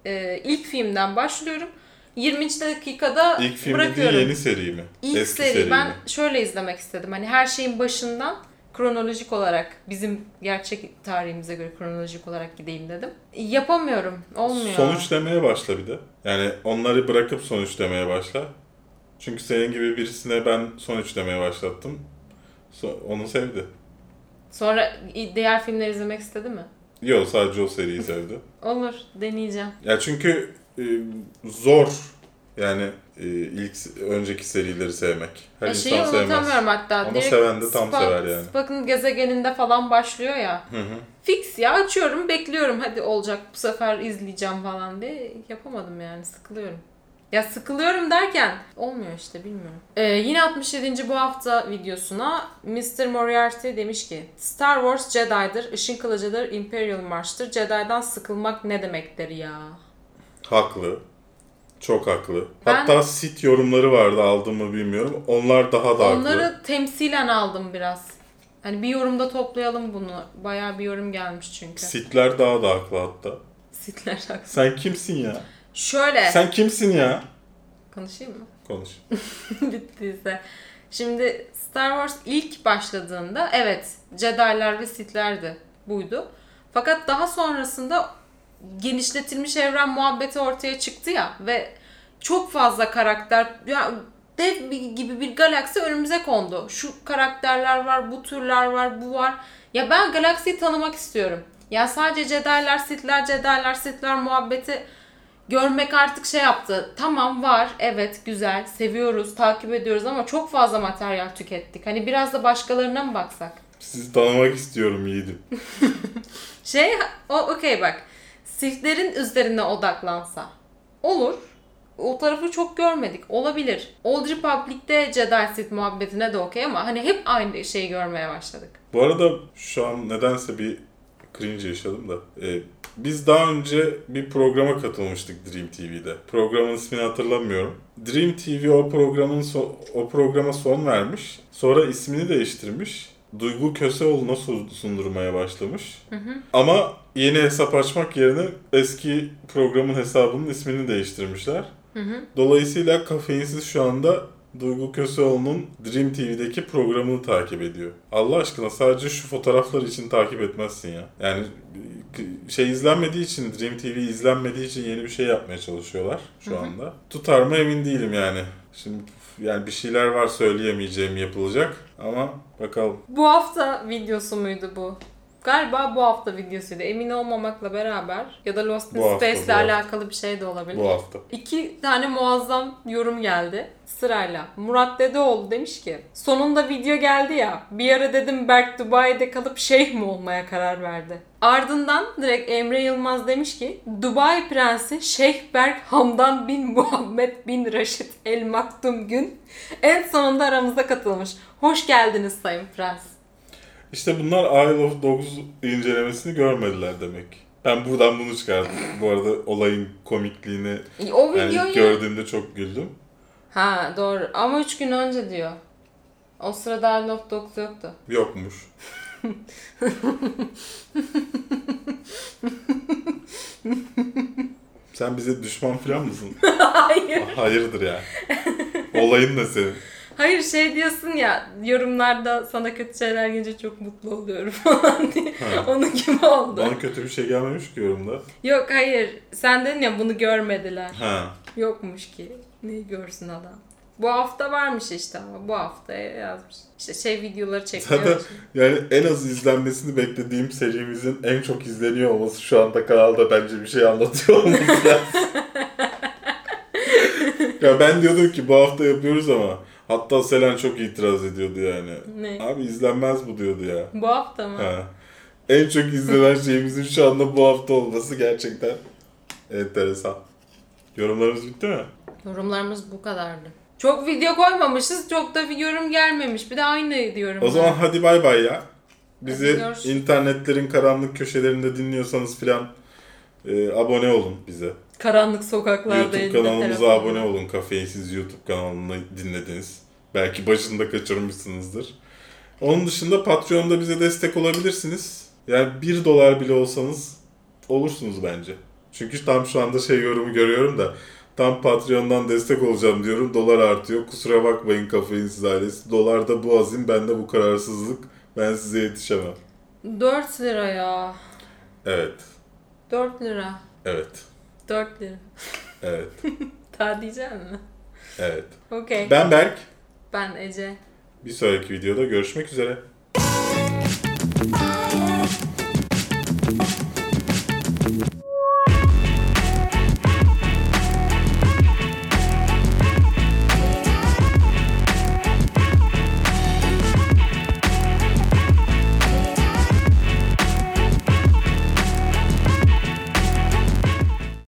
Speaker 2: ilk filmden başlıyorum. 20. dakikada
Speaker 1: İlk film
Speaker 2: bırakıyorum.
Speaker 1: dediğin yeni seri mi?
Speaker 2: İlk
Speaker 1: Eski
Speaker 2: seri. Ben
Speaker 1: mi?
Speaker 2: şöyle izlemek istedim. Hani her şeyin başından kronolojik olarak bizim gerçek tarihimize göre kronolojik olarak gideyim dedim. Yapamıyorum. Olmuyor.
Speaker 1: Sonuçlamaya başla bir de. Yani onları bırakıp sonuçlamaya başla. Çünkü senin gibi birisine ben sonuçlamaya başlattım. Onu sevdi.
Speaker 2: Sonra diğer filmleri izlemek istedi mi?
Speaker 1: Yok, sadece o seriyi sevdi.
Speaker 2: Olur. Deneyeceğim.
Speaker 1: Ya çünkü zor yani önceki serileri sevmek. Her insan
Speaker 2: Şeyi
Speaker 1: sevmez.
Speaker 2: unutamıyorum hatta.
Speaker 1: Ama
Speaker 2: Direkt
Speaker 1: seven de tam sever yani.
Speaker 2: Spock'ın gezegeninde falan başlıyor ya.
Speaker 1: Hı hı.
Speaker 2: Fix ya, açıyorum, bekliyorum, hadi olacak bu sefer izleyeceğim falan diye yapamadım yani, sıkılıyorum. Ya sıkılıyorum derken olmuyor işte, bilmiyorum. Yine 67. bu hafta videosuna Mr. Moriarty demiş ki Star Wars Jedi'dır, ışın kılıcıdır, Imperial March'tır. Jedi'dan sıkılmak ne demektir ya?
Speaker 1: Haklı. Çok haklı. Hatta Sith yorumları vardı, aldım mı bilmiyorum. Onlar daha da haklı.
Speaker 2: Onları temsilen aldım biraz. Hani bir yorumda toplayalım bunu. Bayağı bir yorum gelmiş çünkü.
Speaker 1: Sith'ler daha da haklı hatta.
Speaker 2: Sith'ler haklı.
Speaker 1: Sen kimsin ya?
Speaker 2: Şöyle.
Speaker 1: Sen kimsin ya?
Speaker 2: Konuşayım mı?
Speaker 1: Konuş.
Speaker 2: Bittiyse. Şimdi Star Wars ilk başladığında evet Jedi'lar ve Sith'lerdi. Buydu. Fakat daha sonrasında genişletilmiş evren muhabbeti ortaya çıktı ya ve çok fazla karakter, ya dev gibi bir galaksi önümüze kondu. Şu karakterler var, bu türler var, bu var. Ya ben galaksiyi tanımak istiyorum. Ya sadece Jedi'lar, Sith'ler muhabbeti görmek artık şey yaptı. Tamam, var, evet, güzel, seviyoruz, takip ediyoruz ama çok fazla materyal tükettik. Hani biraz da başkalarına mı baksak?
Speaker 1: Sizi tanımak istiyorum yiğidim.
Speaker 2: Okey bak. Sith'lerin üzerine odaklansa. Olur. O tarafı çok görmedik. Olabilir. Old Republic'te Jedi Sith muhabbetine de okey ama hani hep aynı şeyi görmeye başladık.
Speaker 1: Bu arada şu an nedense bir cringe yaşadım da. Biz daha önce bir programa katılmıştık Dream TV'de. Programın ismini hatırlamıyorum. Dream TV o programa son vermiş. Sonra ismini değiştirmiş. Duygu Köseoğlu'na sundurmaya başlamış.
Speaker 2: Hı hı.
Speaker 1: Ama yeni hesap açmak yerine eski programın hesabının ismini değiştirmişler.
Speaker 2: Hı hı.
Speaker 1: Dolayısıyla Kafeinsiz şu anda Duygu Köseoğlu'nun Dream TV'deki programını takip ediyor. Allah aşkına sadece şu fotoğraflar için takip etmezsin ya. Yani izlenmediği için, Dream TV izlenmediği için yeni bir şey yapmaya çalışıyorlar şu anda. Tutar mı emin değilim yani. Şimdi yani bir şeyler var söyleyemeyeceğim yapılacak ama bakalım.
Speaker 2: Bu hafta videosu muydu bu? Galiba bu hafta videosuydu. Emin olmamakla beraber ya da Lost in Space ile alakalı bir şey de olabilir.
Speaker 1: Bu hafta.
Speaker 2: 2 tane muazzam yorum geldi sırayla. Murat Dedeoğlu demiş ki sonunda video geldi ya, bir ara dedim Berk Dubai'de kalıp şeyh mi olmaya karar verdi. Ardından direkt Emre Yılmaz demiş ki Dubai Prensi Şeyh Berk Hamdan bin Muhammed bin Raşid El Maktum Gün en sonunda aramıza katılmış. Hoş geldiniz Sayın Prens.
Speaker 1: İşte bunlar Isle of Dogs incelemesini görmediler demek. Ben buradan bunu çıkardım. Bu arada olayın komikliğini
Speaker 2: o videoyu
Speaker 1: gördüğümde çok güldüm.
Speaker 2: Ha doğru ama 3 gün önce diyor. O sırada Isle of Dogs yoktu.
Speaker 1: Yokmuş. Sen bize düşman falan mısın?
Speaker 2: Hayır.
Speaker 1: Hayırdır ya. Olayın ne senin?
Speaker 2: Hayır şey diyorsun ya, yorumlarda sana kötü şeyler gelince çok mutlu oluyorum falan diye. Onun gibi oldu.
Speaker 1: Bana kötü bir şey gelmemiş ki yorumda.
Speaker 2: Yok hayır. Sen dedin ya bunu görmediler.
Speaker 1: Ha.
Speaker 2: Yokmuş ki. Neyi görsün adam. Bu hafta varmış işte ama bu haftaya yazmış. İşte videoları çekiyor.
Speaker 1: Zaten yani en az izlenmesini beklediğim serimizin en çok izleniyor olması şu anda kanalda bence bir şey anlatıyor olması lazım. Ya ben diyordum ki bu hafta yapıyoruz ama hatta Selen çok itiraz ediyordu yani.
Speaker 2: Ne?
Speaker 1: Abi izlenmez bu diyordu ya.
Speaker 2: Bu hafta mı?
Speaker 1: Ha. En çok izlenen şeyimizin şu anda bu hafta olması gerçekten enteresan. Yorumlarımız bitti mi?
Speaker 2: Yorumlarımız bu kadardı. Çok video koymamışız, çok da bir yorum gelmemiş. Bir de aynı diyorum.
Speaker 1: O zaman hadi bay bay ya. Bizi
Speaker 2: Hadi
Speaker 1: internetlerin karanlık köşelerinde dinliyorsanız filan abone olun bize.
Speaker 2: Karanlık sokaklarda
Speaker 1: YouTube kanalımıza abone olun. Kafeinsiz YouTube kanalını dinlediniz. Belki başında kaçırmışsınızdır. Onun dışında Patreon'da bize destek olabilirsiniz. Yani $1 bile olsanız olursunuz bence. Çünkü tam şu anda yorumu görüyorum da tam Patreon'dan destek olacağım diyorum. Dolar artıyor. Kusura bakmayın Kafeinsiz ailesi. Dolarda bu azim, bende bu kararsızlık. Ben size yetişemem.
Speaker 2: 4 lira ya.
Speaker 1: Evet.
Speaker 2: 4 lira.
Speaker 1: Evet.
Speaker 2: 4 lira.
Speaker 1: Evet.
Speaker 2: Daha diyeceğim mi?
Speaker 1: Evet.
Speaker 2: Okey.
Speaker 1: Ben Berk.
Speaker 2: Ben Ece.
Speaker 1: Bir sonraki videoda görüşmek üzere.